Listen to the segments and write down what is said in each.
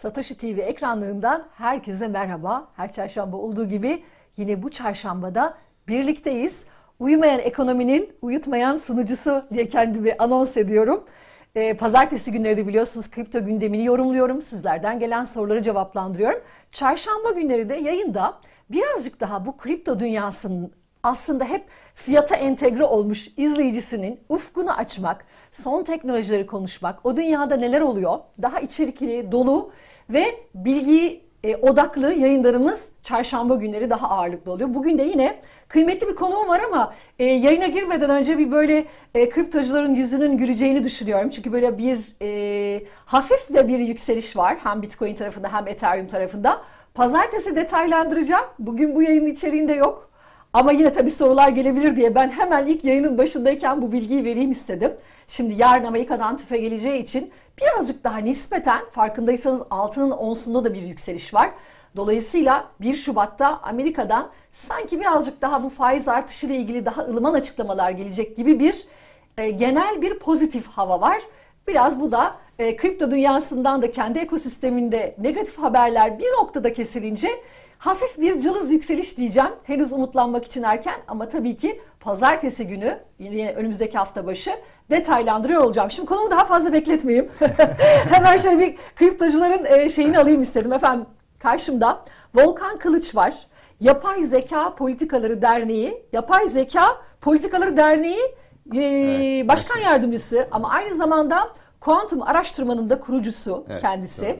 Satoshi TV ekranlarından herkese merhaba. Her çarşamba olduğu gibi yine bu çarşambada birlikteyiz. Uyumayan ekonominin uyutmayan sunucusu diye kendimi anons ediyorum. Pazartesi günleri de biliyorsunuz kripto gündemini yorumluyorum. Sizlerden gelen soruları cevaplandırıyorum. Çarşamba günleri de yayında birazcık daha bu kripto dünyasının aslında hep fiyata entegre olmuş izleyicisinin ufkunu açmak, son teknolojileri konuşmak, o dünyada neler oluyor, daha içerikli, dolu ve bilgi odaklı yayınlarımız çarşamba günleri daha ağırlıklı oluyor. Bugün de yine kıymetli bir konuğum var ama yayına girmeden önce bir böyle kriptocuların yüzünün güleceğini düşünüyorum. Çünkü böyle bir hafif ve bir yükseliş var hem Bitcoin tarafında hem Ethereum tarafında. Pazartesi detaylandıracağım. Bugün bu yayının içeriğinde yok. Ama yine tabii sorular gelebilir diye ben hemen ilk yayının başındayken bu bilgiyi vereyim istedim. Şimdi yarın Amerika'dan tüfe geleceği için birazcık daha nispeten farkındaysanız altının onsunda da bir yükseliş var. Dolayısıyla 1 Şubat'ta Amerika'dan sanki birazcık daha bu faiz artışıyla ilgili daha ılıman açıklamalar gelecek gibi bir genel bir pozitif hava var. Biraz bu da kripto dünyasından da kendi ekosisteminde negatif haberler bir noktada kesilince hafif bir cılız yükseliş diyeceğim. Henüz umutlanmak için erken ama tabii ki pazartesi günü yine önümüzdeki hafta başı detaylandırıyor olacağım. Şimdi konumu daha fazla bekletmeyeyim. Hemen şöyle bir kriptocuların şeyini alayım istedim. Efendim karşımda Volkan Kılıç var. Yapay Zeka Politikaları Derneği, Evet, Başkan Yardımcısı ama aynı zamanda Kuantum Araştırma'nın da kurucusu kendisi.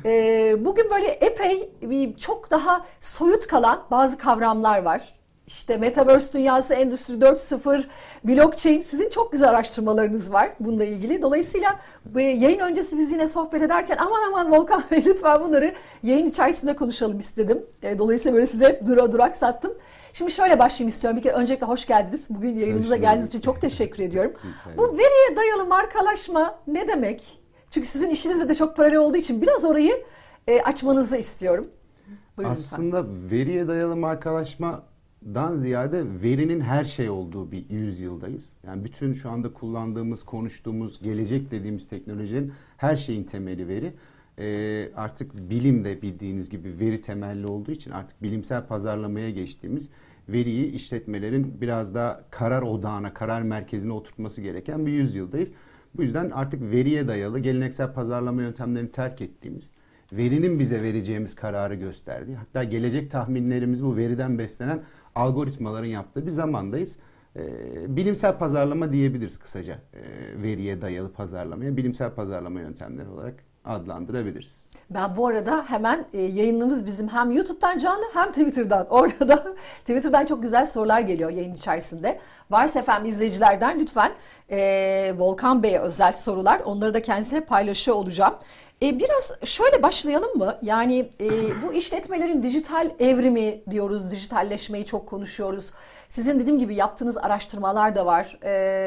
Bugün böyle epey çok daha soyut kalan bazı kavramlar var. İşte Metaverse dünyası, Endüstri 4.0, blockchain. Sizin çok güzel araştırmalarınız var bununla ilgili. Dolayısıyla yayın öncesi biz yine sohbet ederken aman Volkan Bey lütfen bunları yayın içerisinde konuşalım istedim. Dolayısıyla böyle size durak sattım. Şimdi şöyle başlayayım istiyorum. Bir kere öncelikle hoş geldiniz. Bugün yayınımıza geldiğiniz için çok teşekkür ediyorum. Bu veriye dayalı markalaşma ne demek? Çünkü sizin işinizle de çok paralel olduğu için biraz orayı açmanızı istiyorum. Buyurun aslında lütfen. Veriye dayalı markalaşmadan ziyade verinin her şey olduğu bir yüzyıldayız. Yani bütün şu anda kullandığımız, konuştuğumuz, gelecek dediğimiz teknolojinin her şeyin temeli veri. Artık bilim de bildiğiniz gibi veri temelli olduğu için artık bilimsel pazarlamaya geçtiğimiz veriyi işletmelerin biraz daha karar odağına, karar merkezine oturtması gereken bir yüzyıldayız. Bu yüzden artık veriye dayalı geleneksel pazarlama yöntemlerini terk ettiğimiz, verinin bize vereceğimiz kararı gösterdiği, hatta gelecek tahminlerimizi bu veriden beslenen algoritmaların yaptığı bir zamandayız. Bilimsel pazarlama diyebiliriz kısaca veriye dayalı pazarlamaya, bilimsel pazarlama yöntemleri olarak adlandırabiliriz. Ben bu arada hemen yayınımız bizim hem YouTube'dan canlı hem Twitter'dan. Orada Twitter'dan çok güzel sorular geliyor yayın içerisinde. Varsa efendim izleyicilerden lütfen Volkan Bey'e özel sorular. Onları da kendisiyle paylaşıyor olacağım. Biraz şöyle başlayalım mı? Yani bu işletmelerin dijital evrimi diyoruz, dijitalleşmeyi çok konuşuyoruz. Sizin dediğim gibi yaptığınız araştırmalar da var.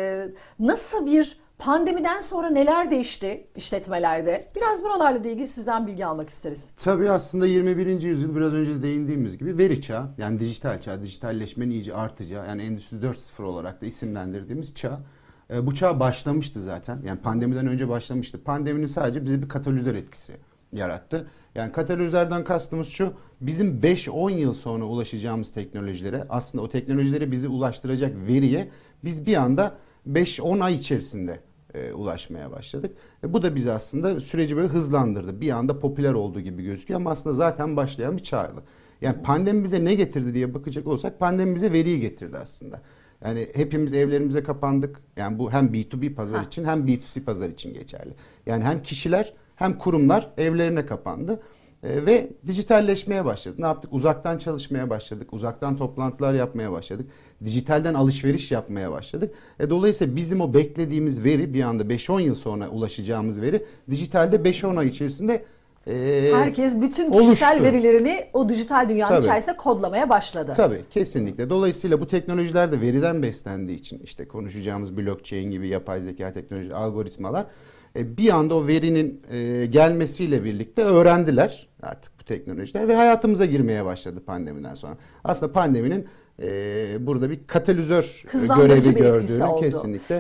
Nasıl bir pandemiden sonra neler değişti işletmelerde? Biraz buralarla ilgili sizden bilgi almak isteriz. Tabii aslında 21. yüzyıl biraz önce de değindiğimiz gibi veri çağı, yani dijital çağ, dijitalleşmenin iyice artacağı, yani Endüstri 4.0 olarak da isimlendirdiğimiz çağ. Bu çağ başlamıştı zaten. Yani pandemiden önce başlamıştı. Pandeminin sadece bize bir katalizör etkisi yarattı. Yani katalizörden kastımız şu: bizim 5-10 yıl sonra ulaşacağımız teknolojilere, aslında o teknolojilere bizi ulaştıracak veriye biz bir anda 5-10 ay içerisinde ulaşmaya başladık. Bu da bizi aslında süreci böyle hızlandırdı. Bir anda popüler olduğu gibi gözüküyor ama aslında zaten başlayan bir çağdı. Yani pandemi bize ne getirdi diye bakacak olsak pandemi bize veriyi getirdi aslında. Yani hepimiz evlerimize kapandık. Yani bu hem B2B pazar için hem B2C pazar için geçerli. Yani hem kişiler hem kurumlar evlerine kapandı. Ve dijitalleşmeye başladık. Ne yaptık? Uzaktan çalışmaya başladık. Uzaktan toplantılar yapmaya başladık. Dijitalden alışveriş yapmaya başladık. Dolayısıyla bizim o beklediğimiz veri, bir anda 5-10 yıl sonra ulaşacağımız veri dijitalde 5-10 ay içerisinde herkes bütün kişisel oluştu. Verilerini o dijital dünyanın içerisinde kodlamaya başladı. Tabii, kesinlikle. Dolayısıyla bu teknolojiler de veriden beslendiği için, işte konuşacağımız blockchain gibi yapay zeka teknoloji, algoritmalar bir anda o verinin gelmesiyle birlikte öğrendiler artık bu teknolojiler ve hayatımıza girmeye başladı pandemiden sonra. Aslında pandeminin burada bir katalizör görevi gördüğünü kesinlikle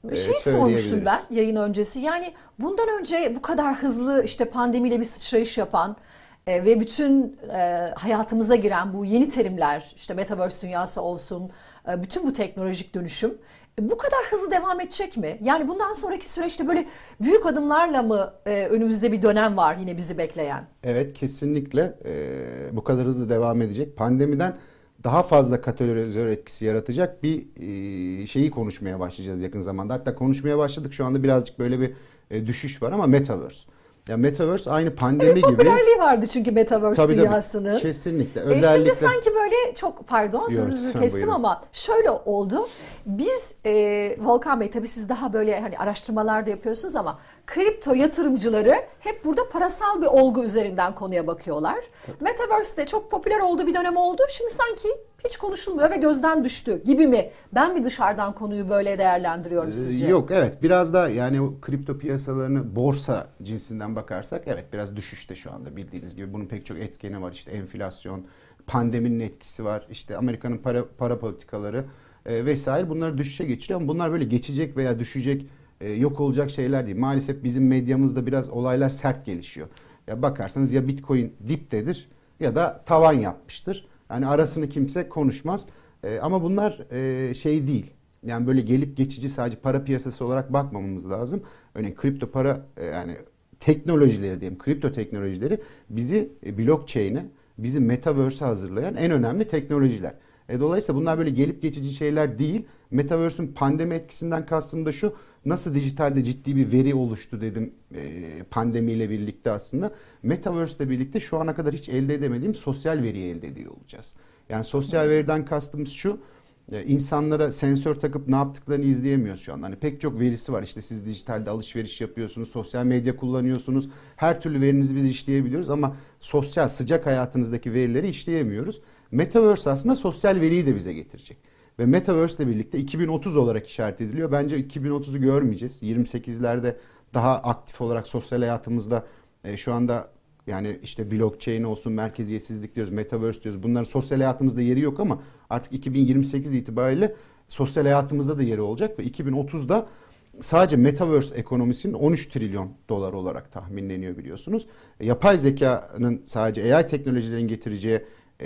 Bir şey sormuştum ben yayın öncesi. Yani bundan önce bu kadar hızlı işte pandemiyle bir sıçrayış yapan ve bütün hayatımıza giren bu yeni terimler, işte Metaverse dünyası olsun, bütün bu teknolojik dönüşüm bu kadar hızlı devam edecek mi? Yani bundan sonraki süreçte böyle büyük adımlarla mı önümüzde bir dönem var yine bizi bekleyen? Evet, kesinlikle bu kadar hızlı devam edecek. Pandemiden daha fazla katalizör etkisi yaratacak bir şeyi konuşmaya başlayacağız yakın zamanda. Hatta konuşmaya başladık. Şu anda birazcık böyle bir düşüş var ama Metaverse. Ya Metaverse aynı pandemi gibi. Popülerliği vardı çünkü Metaverse Tabii, dünyasının. kesinlikle. Şimdi sanki böyle çok pardon sözünüzü kestim buyurun. ama şöyle oldu. Biz Volkan Bey tabii siz daha böyle hani araştırmalar da yapıyorsunuz ama kripto yatırımcıları hep burada parasal bir olgu üzerinden konuya bakıyorlar. Metaverse'de çok popüler olduğu bir dönem oldu. Şimdi sanki hiç konuşulmuyor ve gözden düştü gibi mi? Ben mi dışarıdan konuyu böyle değerlendiriyorum sizce? Yok, evet, biraz da yani o kripto piyasalarını borsa cinsinden bakarsak evet biraz düşüşte şu anda, bildiğiniz gibi. Bunun pek çok etkeni var, işte enflasyon, pandeminin etkisi var, işte Amerika'nın para politikaları vesaire, bunları düşüşe geçiriyor ama bunlar böyle geçecek veya düşecek, yok olacak şeyler değil. Maalesef bizim medyamızda biraz olaylar sert gelişiyor. Ya bakarsanız ya Bitcoin diptedir ya da tavan yapmıştır. Yani arasını kimse konuşmaz. Ama bunlar şey değil. Yani böyle gelip geçici sadece para piyasası olarak bakmamamız lazım. Örneğin kripto para yani teknolojileri diyelim, kripto teknolojileri bizi blockchain'e, bizi metaverse'e hazırlayan en önemli teknolojiler. Dolayısıyla bunlar böyle gelip geçici şeyler değil. Metaverse'ün pandemi etkisinden kastım da şu: nasıl dijitalde ciddi bir veri oluştu dedim pandemiyle birlikte aslında. Metaverse'le birlikte şu ana kadar hiç elde edemediğim sosyal veriyi elde ediyor olacağız. Yani sosyal veriden kastımız şu: insanlara sensör takıp ne yaptıklarını izleyemiyoruz şu anda. Hani pek çok verisi var. İşte siz dijitalde alışveriş yapıyorsunuz, sosyal medya kullanıyorsunuz. Her türlü verinizi biz işleyebiliyoruz ama sosyal, sıcak hayatınızdaki verileri işleyemiyoruz. Metaverse aslında sosyal veriyi de bize getirecek. Ve Metaverse ile birlikte 2030 olarak işaret ediliyor. Bence 2030'u görmeyeceğiz. 28'lerde daha aktif olarak sosyal hayatımızda şu anda yani işte blockchain olsun, merkeziyetsizlik diyoruz, Metaverse diyoruz. Bunların sosyal hayatımızda yeri yok ama artık 2028 itibariyle sosyal hayatımızda da yeri olacak ve 2030'da sadece Metaverse ekonomisinin 13 trilyon dolar olarak tahminleniyor, biliyorsunuz. Yapay zekanın, sadece AI teknolojilerin getireceği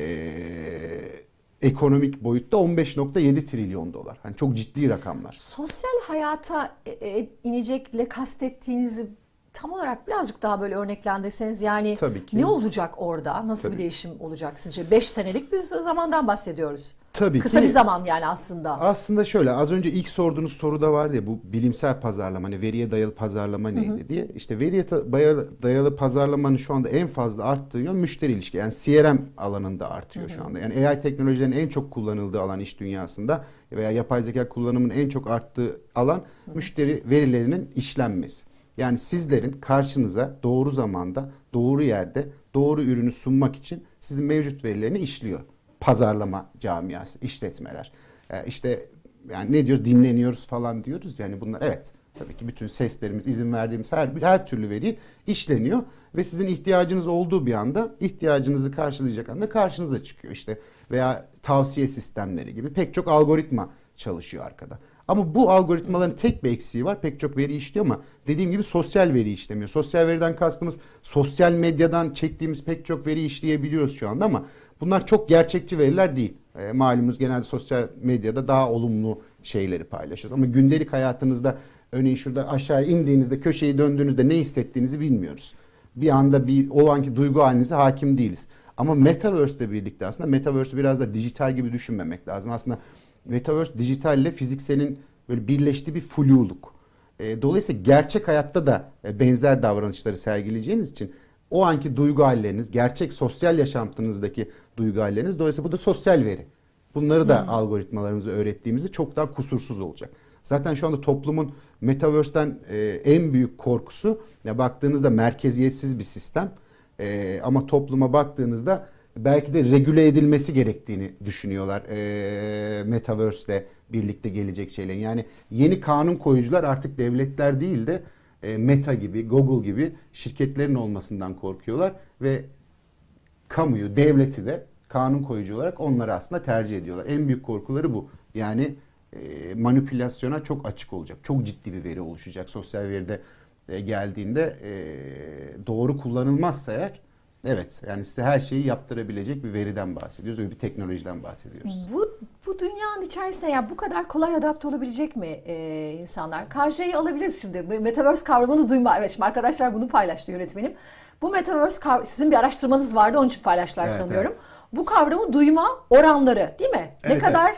ekonomik boyutta 15,7 trilyon dolar. Hani çok ciddi rakamlar. Sosyal hayata inecekle kastettiğinizi tam olarak birazcık daha böyle örneklendirseniz, yani Tabii ki. ne olacak orada? Nasıl bir değişim olacak sizce? 5 senelik bir zamandan bahsediyoruz. Tabii Kısa ki. bir zaman yani aslında. Aslında şöyle, az önce ilk sorduğunuz soruda vardı ya, bu bilimsel pazarlama, hani veriye dayalı pazarlama neydi diye. İşte veriye dayalı pazarlamanın şu anda en fazla arttığı yön müşteri ilişki. Yani CRM alanında artıyor şu anda. Yani AI teknolojilerinin en çok kullanıldığı alan iş dünyasında veya yapay zeka kullanımının en çok arttığı alan müşteri verilerinin işlenmesi. Yani sizlerin karşınıza doğru zamanda, doğru yerde, doğru ürünü sunmak için sizin mevcut verilerini işliyor pazarlama camiası, işletmeler. İşte yani ne diyoruz, dinleniyoruz falan diyoruz. Yani bunlar, evet, tabii ki bütün seslerimiz, izin verdiğimiz her türlü veri işleniyor ve sizin ihtiyacınız olduğu bir anda, ihtiyacınızı karşılayacak anda karşınıza çıkıyor. İşte veya tavsiye sistemleri gibi pek çok algoritma çalışıyor arkada. Ama bu algoritmaların tek bir eksiği var. Pek çok veri işliyor ama dediğim gibi sosyal veri işlemiyor. Sosyal veriden kastımız sosyal medyadan çektiğimiz pek çok veri işleyebiliyoruz şu anda ama bunlar çok gerçekçi veriler değil. Malumunuz genelde sosyal medyada daha olumlu şeyleri paylaşıyoruz. Ama gündelik hayatınızda, örneğin şurada aşağı indiğinizde, köşeyi döndüğünüzde ne hissettiğinizi bilmiyoruz. Bir anda o anki duygu halinize hakim değiliz. Ama Metaverse ile birlikte aslında Metaverse'ü biraz da dijital gibi düşünmemek lazım. Aslında Metaverse dijitalle fizikselin böyle birleştiği bir fluluk. Dolayısıyla gerçek hayatta da benzer davranışları sergileyeceğiniz için o anki duygu halleriniz, gerçek sosyal yaşantınızdaki duygu halleriniz, dolayısıyla bu da sosyal veri. Bunları da algoritmalarımıza öğrettiğimizde çok daha kusursuz olacak. Zaten şu anda toplumun Metaverse'den en büyük korkusu, ya baktığınızda merkeziyetsiz bir sistem ama topluma baktığınızda belki de regüle edilmesi gerektiğini düşünüyorlar Metaverse ile birlikte gelecek şeylerin. Yani yeni kanun koyucular artık devletler değil de Meta gibi, Google gibi şirketlerin olmasından korkuyorlar ve kamuyu, devleti de kanun koyucu olarak onları aslında tercih ediyorlar. En büyük korkuları bu. Yani manipülasyona çok açık olacak. Çok ciddi bir veri oluşacak. Sosyal veride geldiğinde doğru kullanılmazsa eğer, evet, yani size her şeyi yaptırabilecek bir veriden bahsediyoruz ve bir teknolojiden bahsediyoruz. Bu dünyanın içerisinde ya bu kadar kolay adapte olabilecek mi insanlar? Karşıyı alabiliriz şimdi. Metaverse kavramını duyma. Evet, şimdi arkadaşlar bunu paylaştı yönetmenim. Bu Metaverse sizin bir araştırmanız vardı, onun için paylaştılar sanıyorum. Evet. Bu kavramı duyma oranları, değil mi? Evet, ne kadar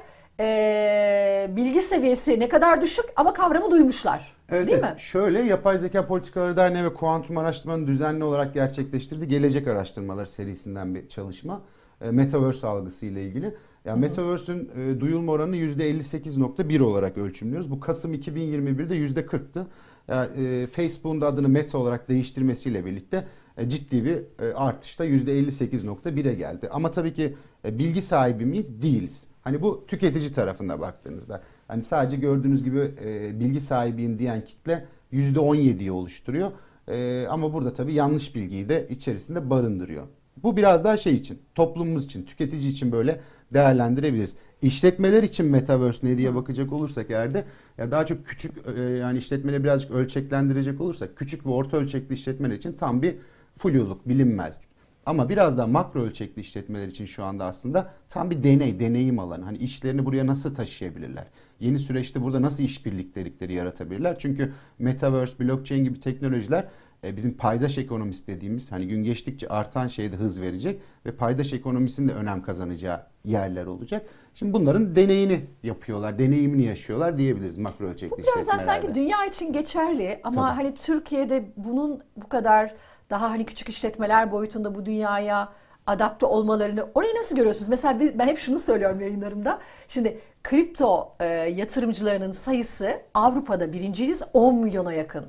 bilgi seviyesi ne kadar düşük ama kavramı duymuşlar. Evet, değil evet. mi? Şöyle, Yapay Zeka Politikaları Derneği ve Kuantum Araştırmanın düzenli olarak gerçekleştirdiği Gelecek Araştırmaları serisinden bir çalışma. Metaverse algısı ile ilgili. Yani Metaverse'ün duyulma oranını %58.1 olarak ölçümlüyoruz. Bu Kasım 2021'de %40'tı. Yani, Facebook'un da adını Meta olarak değiştirmesiyle birlikte ciddi bir artışta %58.1'e geldi. Ama tabii ki bilgi sahibi miyiz? Değiliz. Hani bu tüketici tarafına baktığınızda. Hani sadece gördüğünüz gibi bilgi sahibiyim diyen kitle %17'yi oluşturuyor. Ama burada tabii yanlış bilgiyi de içerisinde barındırıyor. Bu biraz daha şey için, toplumumuz için, tüketici için böyle değerlendirebiliriz. İşletmeler için Metaverse ne diye bakacak olursak eğer de ya daha çok küçük, yani işletmeleri birazcık ölçeklendirecek olursak küçük ve orta ölçekli işletmeler için tam bir fluluk, bilinmezlik. Ama biraz daha makro ölçekli işletmeler için şu anda aslında tam bir deneyim alanı. Hani işlerini buraya nasıl taşıyabilirler? Yeni süreçte burada nasıl işbirlikleri yaratabilirler? Çünkü Metaverse, blockchain gibi teknolojiler bizim paydaş ekonomisi dediğimiz, hani gün geçtikçe artan şeye de hız verecek ve paydaş ekonomisinin de önem kazanacağı yerler olacak. Şimdi bunların deneyini yapıyorlar, deneyimini yaşıyorlar diyebiliriz makro ölçekli işletmelerde. Bu biraz sanki dünya için geçerli ama tabii, hani Türkiye'de bunun bu kadar daha hani küçük işletmeler boyutunda bu dünyaya adapte olmalarını, orayı nasıl görüyorsunuz? Mesela ben hep şunu söylüyorum yayınlarımda. Şimdi kripto yatırımcılarının sayısı Avrupa'da birinciyiz, 10 milyona yakın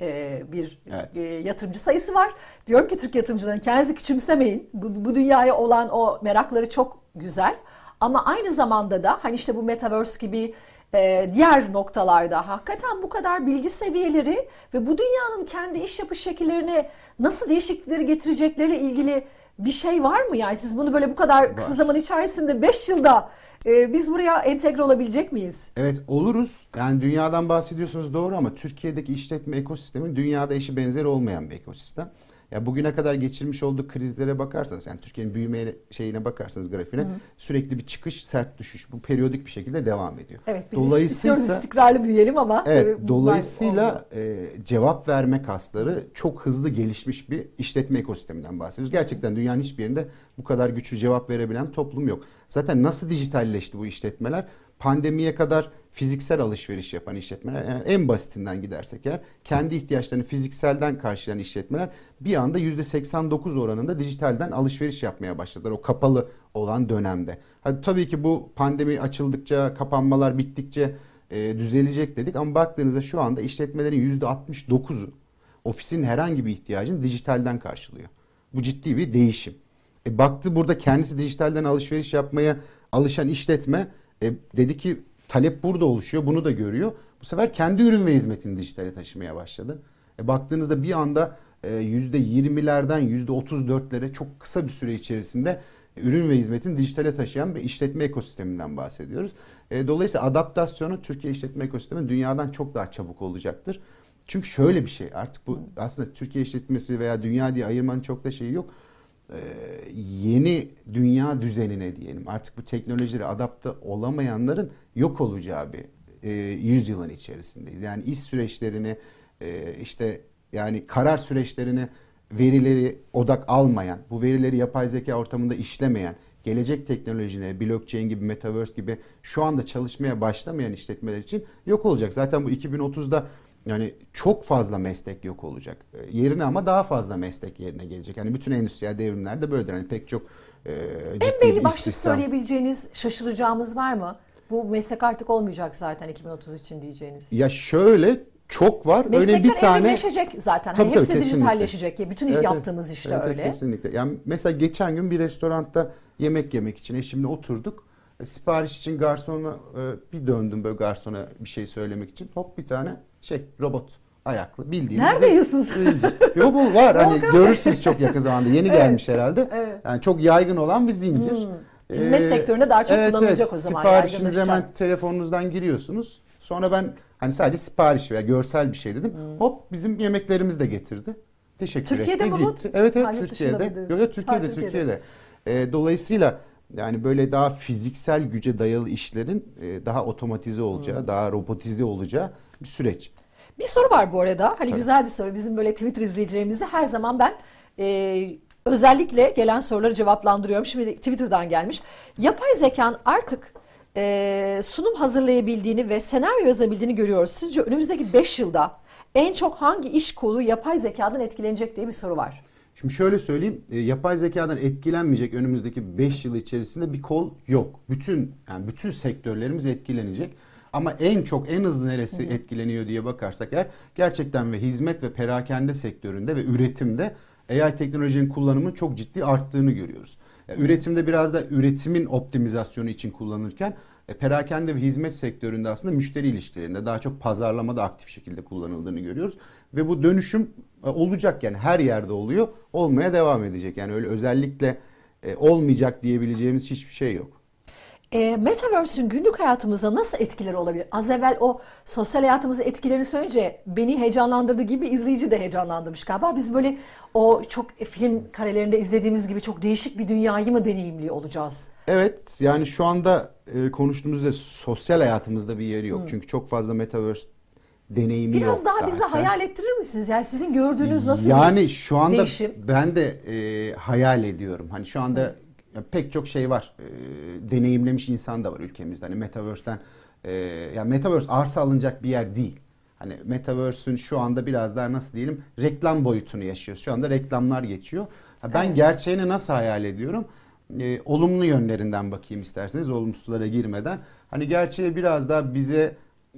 bir yatırımcı sayısı var. Diyorum ki Türk yatırımcıların kendinizi küçümsemeyin. Bu dünyaya olan o merakları çok güzel. Ama aynı zamanda da hani işte bu Metaverse gibi diğer noktalarda hakikaten bu kadar bilgi seviyeleri ve bu dünyanın kendi iş yapış şekillerine nasıl değişiklikleri getirecekleriyle ilgili bir şey var mı? Yani siz bunu böyle bu kadar kısa zaman içerisinde 5 yılda biz buraya entegre olabilecek miyiz? Evet, oluruz. Yani dünyadan bahsediyorsunuz, doğru, ama Türkiye'deki işletme ekosistemi dünyada eşi benzeri olmayan bir ekosistem. Ya bugüne kadar geçirmiş olduğu krizlere bakarsanız, yani Türkiye'nin büyüme şeyine bakarsanız, grafiğine, sürekli bir çıkış, sert düşüş. Bu periyodik bir şekilde devam ediyor. Evet, biz istiyoruz istikrarlı büyüyelim ama evet, dolayısıyla cevap verme kasları çok hızlı gelişmiş bir işletme ekosisteminden bahsediyoruz. Gerçekten dünyanın hiçbir yerinde bu kadar güçlü cevap verebilen toplum yok. Zaten nasıl dijitalleşti bu işletmeler? Pandemiye kadar fiziksel alışveriş yapan işletmeler, yani en basitinden gidersek eğer, kendi ihtiyaçlarını fizikselden karşılayan işletmeler bir anda %89 oranında dijitalden alışveriş yapmaya başladılar o kapalı olan dönemde. Hadi tabii ki bu pandemi açıldıkça, kapanmalar bittikçe düzelecek dedik ama baktığınızda şu anda işletmelerin %69'u ofisin herhangi bir ihtiyacını dijitalden karşılıyor. Bu ciddi bir değişim. Baktı burada kendisi dijitalden alışveriş yapmaya alışan işletme dedi ki talep burada oluşuyor, bunu da görüyor. Bu sefer kendi ürün ve hizmetini dijitale taşımaya başladı. Baktığınızda bir anda %20'lerden %34'lere çok kısa bir süre içerisinde ürün ve hizmetini dijitale taşıyan bir işletme ekosisteminden bahsediyoruz. Dolayısıyla adaptasyonu Türkiye işletme ekosistemi dünyadan çok daha çabuk olacaktır. Çünkü şöyle bir şey, artık bu aslında Türkiye işletmesi veya dünya diye ayırmanın çok da şeyi yok. Yeni dünya düzenine diyelim, artık bu teknolojilere adapte olamayanların yok olacağı bir yüzyılın içerisindeyiz. Yani iş süreçlerini, işte yani karar süreçlerini, verileri odak almayan, bu verileri yapay zeka ortamında işlemeyen, gelecek teknolojileri, blockchain gibi, metaverse gibi şu anda çalışmaya başlamayan işletmeler için yok olacak. Zaten bu 2030'da yani çok fazla meslek yok olacak. Yerine ama daha fazla meslek yerine gelecek. Yani bütün endüstriyel devrimlerde böyledir. Yani pek çok ciddi en belli bir başlı istihdam. Söyleyebileceğiniz, şaşıracağımız var mı? Bu meslek artık olmayacak zaten 2030 için diyeceğiniz. Ya şöyle çok var. Meslekler Öyle bir tane evrimleşecek zaten. Tabii, hani hepsi kesinlikle. dijitalleşecek. Ya. Bütün yaptığımız işte evet, öyle. Kesinlikle. Yani mesela geçen gün bir restoranda yemek yemek için eşimle oturduk. Sipariş için garsona bir döndüm, böyle garsona bir şey söylemek için. Hop, bir tane robot ayaklı, bildiğiniz. Nerede yiyorsunuz? Yok, bu var. Hani görürsünüz çok yakın zamanda. Yeni gelmiş herhalde. Evet. Yani çok yaygın olan bir zincir. Hizmet sektöründe daha çok kullanılacak o zaman. Siparişinizi hemen telefonunuzdan giriyorsunuz. Sonra ben hani sadece sipariş veya görsel bir şey dedim. Hop bizim yemeklerimizi de getirdi. Teşekkür Türkiye'de etti. bunu Gitti. Evet yurt Türkiye'de. dışında Yok Türkiye'de. Dolayısıyla yani böyle daha fiziksel güce dayalı işlerin daha otomatize olacağı, daha robotize olacağı bir süreç. Bir soru var bu arada. Hani Tabii. güzel bir soru. Bizim böyle Twitter izleyicilerimizi her zaman ben özellikle gelen soruları cevaplandırıyorum. Şimdi Twitter'dan gelmiş. Yapay zekanın artık sunum hazırlayabildiğini ve senaryo yazabildiğini görüyoruz. Sizce önümüzdeki 5 yılda en çok hangi iş kolu yapay zekadan etkilenecek diye bir soru var. Şimdi şöyle söyleyeyim, yapay zekadan etkilenmeyecek önümüzdeki 5 yıl içerisinde bir kol yok. Bütün sektörlerimiz etkilenecek. Ama en hızlı neresi etkileniyor diye bakarsak eğer gerçekten ve hizmet ve perakende sektöründe ve üretimde AI teknolojinin kullanımının çok ciddi arttığını görüyoruz. Üretimde biraz da üretimin optimizasyonu için kullanılırken perakende ve hizmet sektöründe aslında müşteri ilişkilerinde daha çok pazarlamada aktif şekilde kullanıldığını görüyoruz. Ve bu dönüşüm olacak, yani her yerde oluyor, olmaya devam edecek. Yani öyle özellikle olmayacak diyebileceğimiz hiçbir şey yok. Metaverse'ün günlük hayatımıza nasıl etkileri olabilir? Az evvel o sosyal hayatımıza etkilerini söyleyince beni heyecanlandırdığı gibi izleyici de heyecanlandırmış galiba. Biz böyle o çok film karelerinde izlediğimiz gibi çok değişik bir dünyayı mı deneyimliyor olacağız? Evet, yani şu anda konuştuğumuzda sosyal hayatımızda bir yeri yok. Çünkü çok fazla Metaverse deneyimi yok Biraz daha zaten. bize hayal ettirir misiniz? Yani sizin gördüğünüz nasıl yani bir şu anda değişim? ben de hayal ediyorum. Hani şu anda pek çok şey var. Deneyimlemiş insan da var ülkemizde. Hani Metaverse'den yani Metaverse arsa alınacak bir yer değil. Hani Metaverse'ün şu anda biraz daha nasıl diyelim reklam boyutunu yaşıyoruz. Şu anda reklamlar geçiyor. Ben gerçeğini nasıl hayal ediyorum? Olumlu yönlerinden bakayım isterseniz, olumsuzlara girmeden. Hani gerçeği biraz daha bize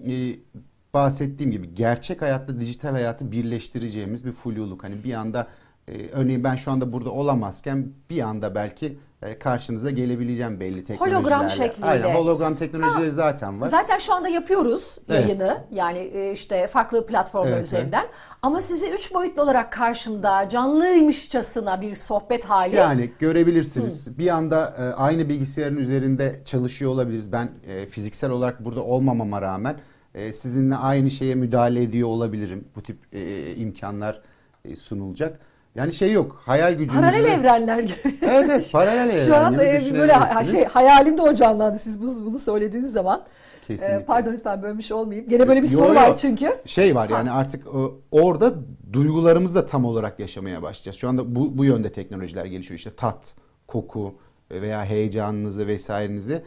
bahsettiğim gibi gerçek hayatta dijital hayatı birleştireceğimiz bir fluluk. Hani bir anda örneğin ben şu anda burada olamazken bir anda belki karşınıza gelebileceğim belli teknolojilerle. Hologram şekliyle. Aynen, hologram teknolojileri zaten var. Zaten şu anda yapıyoruz yayını. Evet. Yani işte farklı platformlar Evet, üzerinden. Ama sizi 3 boyutlu olarak karşımda canlıymışçasına bir sohbet hali. Yani görebilirsiniz. Bir anda aynı bilgisayarın üzerinde çalışıyor olabiliriz. Ben fiziksel olarak burada olmamama rağmen sizinle aynı şeye müdahale ediyor olabilirim. Bu tip imkanlar sunulacak. Yani şey yok. Hayal gücünüzle. Paralel evrenler gibi. Evet, paralel evrenleri Şu an böyle düşünebilirsiniz. hayalimde o canlandı siz bunu söylediğiniz zaman. Kesinlikle. Pardon lütfen bölmüş olmayayım. Gene böyle bir Yo, soru yo. var çünkü. Şey var yani artık orada duygularımızı da tam olarak yaşamaya başlayacağız. Şu anda bu yönde teknolojiler gelişiyor. İşte tat, koku veya heyecanınızı vesairenizi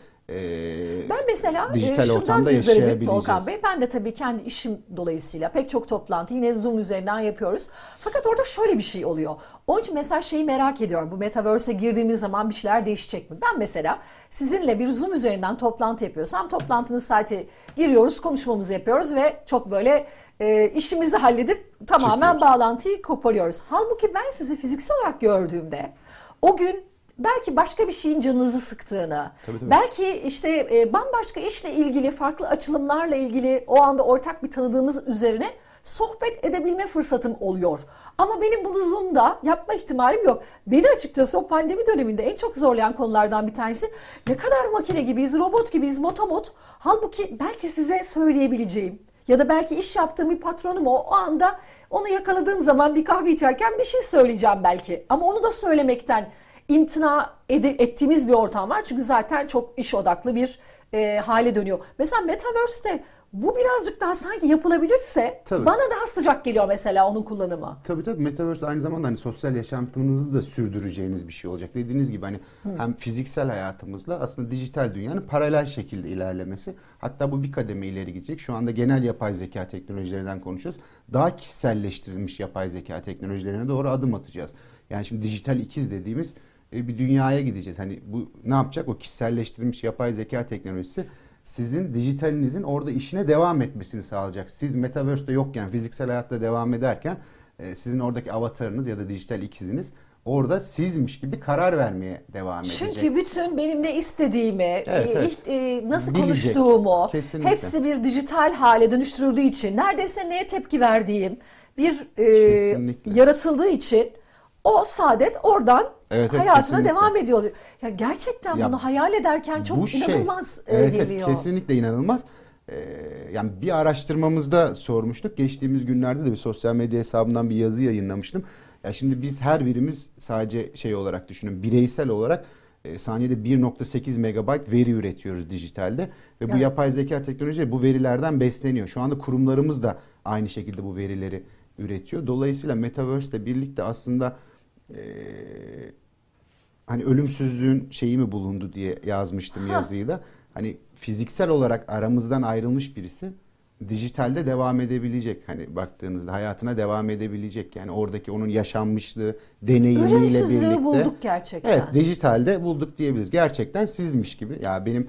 Ben mesela dijital şundan ortamda müzdaribim yaşayabileceğiz. Volkan Bey. Ben de tabii kendi işim dolayısıyla pek çok toplantı yine Zoom üzerinden yapıyoruz. Fakat orada şöyle bir şey oluyor. Onun için mesela şeyi merak ediyorum. Bu Metaverse'e girdiğimiz zaman bir şeyler değişecek mi? Ben mesela sizinle bir Zoom üzerinden toplantı yapıyorsam toplantının saati giriyoruz, konuşmamızı yapıyoruz ve çok böyle işimizi halledip tamamen Çıkıyoruz. bağlantıyı koparıyoruz. Halbuki ben sizi fiziksel olarak gördüğümde o gün belki başka bir şeyin canınızı sıktığını, Tabii. belki işte bambaşka işle ilgili, farklı açılımlarla ilgili o anda ortak bir tanıdığımız üzerine sohbet edebilme fırsatım oluyor. Ama benim bunu Zoom'da yapma ihtimalim yok. Beni açıkçası o pandemi döneminde en çok zorlayan konulardan bir tanesi ne kadar makine gibiyiz, robot gibiyiz, motomot. Halbuki belki size söyleyebileceğim ya da belki iş yaptığım bir patronum o anda onu yakaladığım zaman bir kahve içerken bir şey söyleyeceğim belki. Ama onu da söylemekten imtina ettiğimiz bir ortam var. Çünkü zaten çok iş odaklı bir hale dönüyor. Mesela Metaverse'te bu birazcık daha sanki yapılabilirse Tabii. bana daha sıcak geliyor mesela onun kullanımı. Tabii Metaverse aynı zamanda hani sosyal yaşantınızı da sürdüreceğiniz bir şey olacak. Dediğiniz gibi hani hem fiziksel hayatımızla aslında dijital dünyanın paralel şekilde ilerlemesi. Hatta bu bir kademe ileri gidecek. Şu anda genel yapay zeka teknolojilerinden konuşuyoruz. Daha kişiselleştirilmiş yapay zeka teknolojilerine doğru adım atacağız. Yani şimdi dijital ikiz dediğimiz bir dünyaya gideceğiz. Hani bu ne yapacak? O kişiselleştirilmiş yapay zeka teknolojisi sizin dijitalinizin orada işine devam etmesini sağlayacak. Siz Metaverse'de yokken, fiziksel hayatta devam ederken sizin oradaki avatarınız ya da dijital ikiziniz orada sizmiş gibi karar vermeye devam edecek. Çünkü bütün benim ne istediğimi, nasıl Bilecek. konuştuğumu, Kesinlikle. hepsi bir dijital hale dönüştürüldüğü için, neredeyse neye tepki verdiğim bir Kesinlikle. yaratıldığı için o saadet oradan Evet, hayatına kesinlikle. devam ediyor. Ya gerçekten Ya bunu hayal ederken çok bu inanılmaz evet, geliyor. kesinlikle inanılmaz. Yani bir araştırmamızda sormuştuk. Geçtiğimiz günlerde de bir sosyal medya hesabından bir yazı yayınlamıştım. Ya şimdi biz her birimiz sadece şey olarak düşünün, bireysel olarak saniyede 1.8 megabayt veri üretiyoruz dijitalde ve bu Evet. yapay zeka teknolojileri bu verilerden besleniyor. Şu anda kurumlarımız da aynı şekilde bu verileri üretiyor. Dolayısıyla Metaverse ile birlikte aslında hani ölümsüzlüğün şeyi mi bulundu diye yazmıştım yazıyı da. Hani fiziksel olarak aramızdan ayrılmış birisi dijitalde devam edebilecek. Hani baktığınızda hayatına devam edebilecek. Yani oradaki onun yaşanmışlığı, deneyimiyle Ölümsüzlüğü birlikte. bulduk gerçekten. Evet, dijitalde bulduk diyebiliriz. Gerçekten sizmiş gibi. Ya benim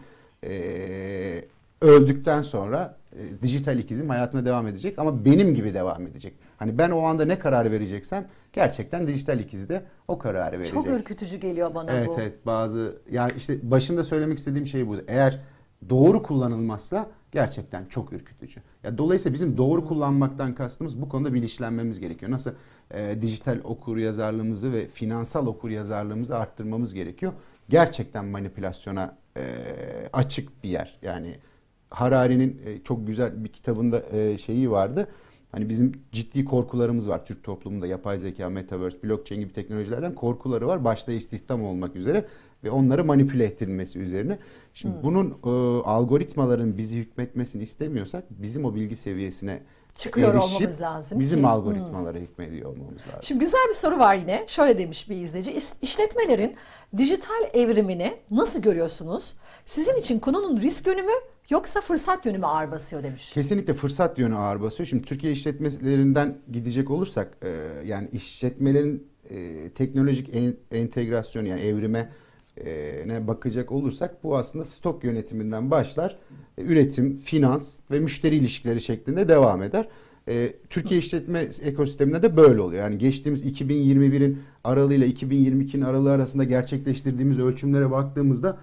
öldükten sonra dijital ikizim hayatına devam edecek ama benim gibi devam edecek. Hani ben o anda ne karar vereceksem gerçekten dijital ikiz de o kararı verecek. Çok ürkütücü geliyor bana Evet, bu. evet, yani işte başında söylemek istediğim şey bu. Eğer doğru kullanılmazsa gerçekten çok ürkütücü. Ya dolayısıyla bizim doğru kullanmaktan kastımız bu konuda bilinçlenmemiz gerekiyor. Nasıl dijital okuryazarlığımızı ve finansal okuryazarlığımızı arttırmamız gerekiyor. Gerçekten manipülasyona açık bir yer. Yani Harari'nin çok güzel bir kitabında şeyi vardı. Hani bizim ciddi korkularımız var Türk toplumunda, yapay zeka, metaverse, blockchain gibi teknolojilerden korkuları var. Başta istihdam olmak üzere ve onları manipüle ettirilmesi üzerine. Şimdi bunun algoritmaların bizi hükmetmesini istemiyorsak bizim o bilgi seviyesine Çıkıyor erişip olmamız lazım bizim ki. algoritmalara hükmediyor olmamız lazım. Şimdi güzel bir soru var yine. Şöyle demiş bir izleyici. İşletmelerin dijital evrimini nasıl görüyorsunuz? Sizin için konunun risk yönü mü yoksa fırsat yönü mü ağır basıyor demiş. Kesinlikle fırsat yönü ağır basıyor. Şimdi Türkiye işletmelerinden gidecek olursak yani işletmelerin teknolojik entegrasyonu yani evrime ne bakacak olursak bu aslında stok yönetiminden başlar. Üretim, finans ve müşteri ilişkileri şeklinde devam eder. Türkiye işletme ekosisteminde de böyle oluyor. Yani geçtiğimiz 2021'in aralığıyla 2022'nin aralığı arasında gerçekleştirdiğimiz ölçümlere baktığımızda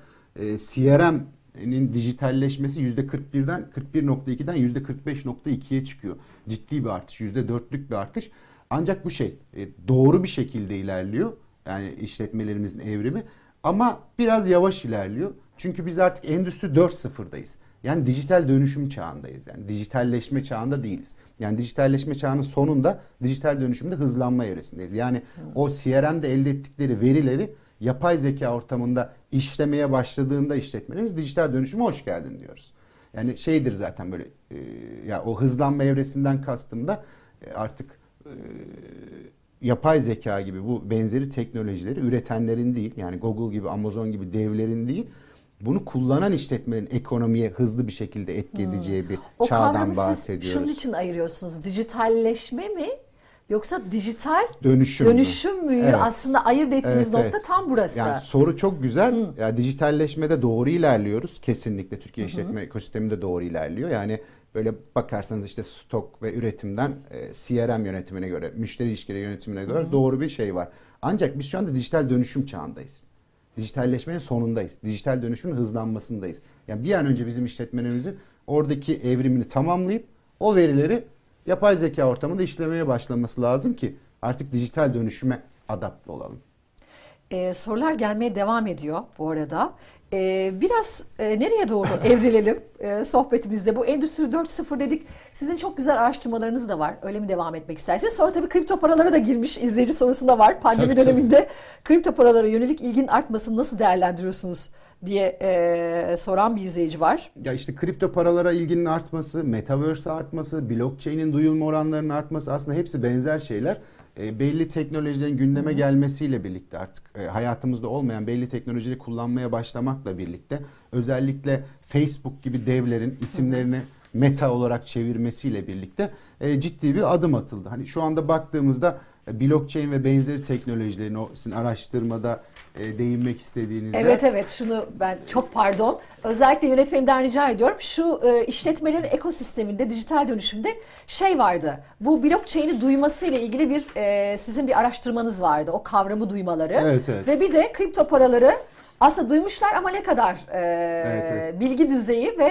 CRM'nin dijitalleşmesi %41.2'den %45.2'ye çıkıyor. Ciddi bir artış, %4'lük bir artış. Ancak bu doğru bir şekilde ilerliyor. Yani işletmelerimizin evrimi. Ama biraz yavaş ilerliyor. Çünkü biz artık Endüstri 4.0'dayız. Yani dijital dönüşüm çağındayız. Yani dijitalleşme çağında değiliz. Yani dijitalleşme çağının sonunda dijital dönüşümde hızlanma evresindeyiz. Yani o CRM'de elde ettikleri verileri yapay zeka ortamında işlemeye başladığında işletmelerimiz dijital dönüşüme hoş geldin diyoruz. Yani şeydir zaten böyle ya o hızlanma evresinden kastım da artık yapay zeka gibi bu benzeri teknolojileri üretenlerin değil yani Google gibi Amazon gibi devlerin değil bunu kullanan işletmenin ekonomiye hızlı bir şekilde etki edeceği bir O çağdan kavramı bahsediyoruz. siz şunun için ayırıyorsunuz. Dijitalleşme mi yoksa dijital dönüşüm mü? Evet. Aslında ayırt ettiğiniz nokta tam burası. Yani soru çok güzel. Ya dijitalleşmede doğru ilerliyoruz. Kesinlikle Türkiye işletme ekosisteminde doğru ilerliyor. Yani böyle bakarsanız işte stok ve üretimden CRM yönetimine göre, müşteri ilişkileri yönetimine göre doğru bir şey var. Ancak biz şu anda dijital dönüşüm çağındayız. Dijitalleşmenin sonundayız. Dijital dönüşümün hızlanmasındayız. Yani bir an önce bizim işletmelerimizin oradaki evrimini tamamlayıp o verileri yapay zeka ortamında işlemeye başlaması lazım ki artık dijital dönüşüme adapte olalım. Sorular gelmeye devam ediyor bu arada. Biraz nereye doğru evrilelim sohbetimizde? Bu Endüstri 4.0 dedik. Sizin çok güzel araştırmalarınız da var. Öyle mi devam etmek isterseniz? Sonra tabii kripto paralara da girmiş. İzleyici sorusunda var. Pandemi döneminde kripto paralara yönelik ilginin artmasını nasıl değerlendiriyorsunuz diye soran bir izleyici var. Ya işte kripto paralara ilginin artması, metaverse artması, blockchain'in duyulma oranlarının artması aslında hepsi benzer şeyler. Belli teknolojilerin gündeme gelmesiyle birlikte artık hayatımızda olmayan belli teknolojileri kullanmaya başlamakla birlikte özellikle Facebook gibi devlerin isimlerini meta olarak çevirmesiyle birlikte ciddi bir adım atıldı. Hani şu anda baktığımızda blockchain ve benzeri teknolojilerin o sizin araştırmada değinmek istediğinizde. Evet şunu ben çok pardon. Özellikle yönetmeninden rica ediyorum. Şu işletmelerin ekosisteminde dijital dönüşümde şey vardı. Bu blockchain'i duymasıyla ilgili bir sizin bir araştırmanız vardı. O kavramı duymaları. Evet. Ve bir de kripto paraları aslında duymuşlar ama ne kadar bilgi düzeyi ve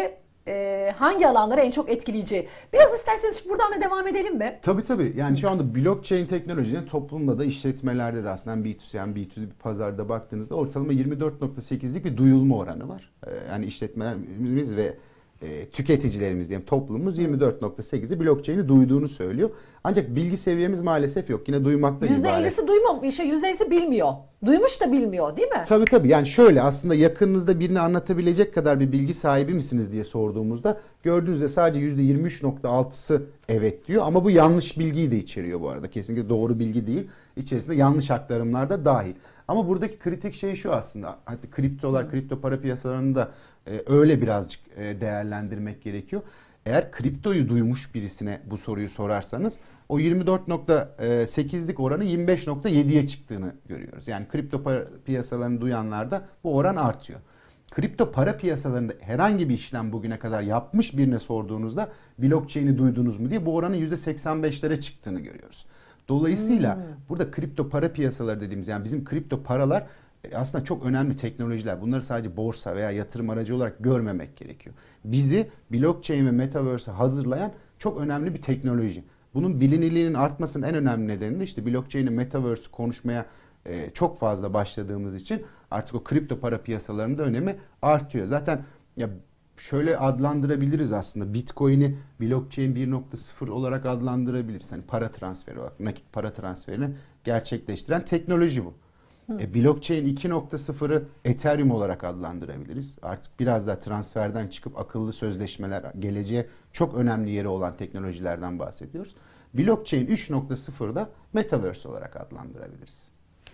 hangi alanları en çok etkileyeceği. Biraz isterseniz buradan da devam edelim mi? Tabii. Yani şu anda blockchain teknolojinin toplumda da işletmelerde de aslında hem B2C hem B2B bir pazarda baktığınızda ortalama 24.8'lik bir duyulma oranı var. Yani işletmelerimiz ve tüketicilerimiz diyelim toplumumuz 24.8'i blockchain'i duyduğunu söylüyor. Ancak bilgi seviyemiz maalesef yok. Yine duymakta ibaret. %50'si duymamış, %50'si bilmiyor. Duymuş da bilmiyor, değil mi? Tabii. Yani şöyle aslında yakınınızda birini anlatabilecek kadar bir bilgi sahibi misiniz diye sorduğumuzda gördüğünüzde sadece %23.6'sı evet diyor. Ama bu yanlış bilgiyi de içeriyor bu arada. Kesinlikle doğru bilgi değil. İçerisinde yanlış aktarımlar da dahil. Ama buradaki kritik şey şu aslında. Hatta kripto para piyasalarını da öyle birazcık değerlendirmek gerekiyor. Eğer kriptoyu duymuş birisine bu soruyu sorarsanız o 24.8'lik oranı 25.7'ye çıktığını görüyoruz. Yani kripto para piyasalarını duyanlarda bu oran artıyor. Kripto para piyasalarında herhangi bir işlem bugüne kadar yapmış birine sorduğunuzda blockchain'i duydunuz mu diye bu oranın %85'lere çıktığını görüyoruz. Dolayısıyla burada kripto para piyasaları dediğimiz yani bizim kripto paralar aslında çok önemli teknolojiler. Bunları sadece borsa veya yatırım aracı olarak görmemek gerekiyor. Bizi blockchain ve metaverse'e hazırlayan çok önemli bir teknoloji. Bunun bilinirliğinin artmasının en önemli nedeni de işte blockchain ve metaverse konuşmaya çok fazla başladığımız için artık o kripto para piyasalarının da önemi artıyor. Zaten ya şöyle adlandırabiliriz aslında. Bitcoin'i blockchain 1.0 olarak adlandırabiliriz. Hani para transferi olarak, nakit para transferini gerçekleştiren teknoloji bu. Blockchain 2.0'ı Ethereum olarak adlandırabiliriz. Artık biraz daha transferden çıkıp akıllı sözleşmeler, geleceğe çok önemli yeri olan teknolojilerden bahsediyoruz. Blockchain 3.0'da Metaverse olarak adlandırabiliriz.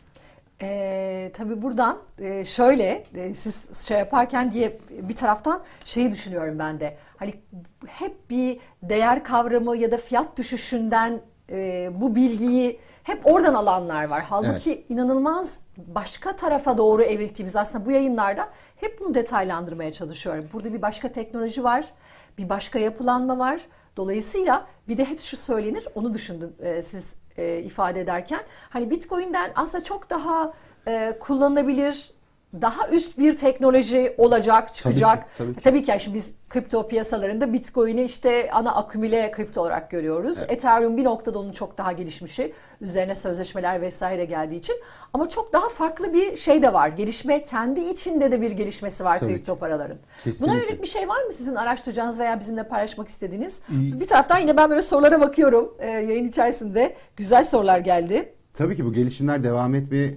Tabii buradan şöyle siz şey yaparken diye bir taraftan şeyi düşünüyorum ben de. Hani hep bir değer kavramı ya da fiyat düşüşünden bu bilgiyi hep oradan alanlar var. Halbuki evet, inanılmaz başka tarafa doğru evrildiğimiz aslında bu yayınlarda hep bunu detaylandırmaya çalışıyorum. Burada bir başka teknoloji var, bir başka yapılanma var. Dolayısıyla bir de hep şu söylenir, onu düşündüm siz ifade ederken. Hani Bitcoin'den aslında çok daha kullanılabilir, daha üst bir teknoloji olacak, çıkacak. Tabii ki yani şimdi biz kripto piyasalarında Bitcoin'i işte ana akümüle kripto olarak görüyoruz. Evet. Ethereum bir noktada onun çok daha gelişmişi. Üzerine sözleşmeler vesaire geldiği için. Ama çok daha farklı bir şey de var. Gelişme kendi içinde de bir gelişmesi var kripto paraların. Kesinlikle. Buna yönelik bir şey var mı sizin araştıracağınız veya bizimle paylaşmak istediğiniz? Bir taraftan yine ben böyle sorulara bakıyorum. Yayın içerisinde güzel sorular geldi. Tabii ki bu gelişimler devam etmeye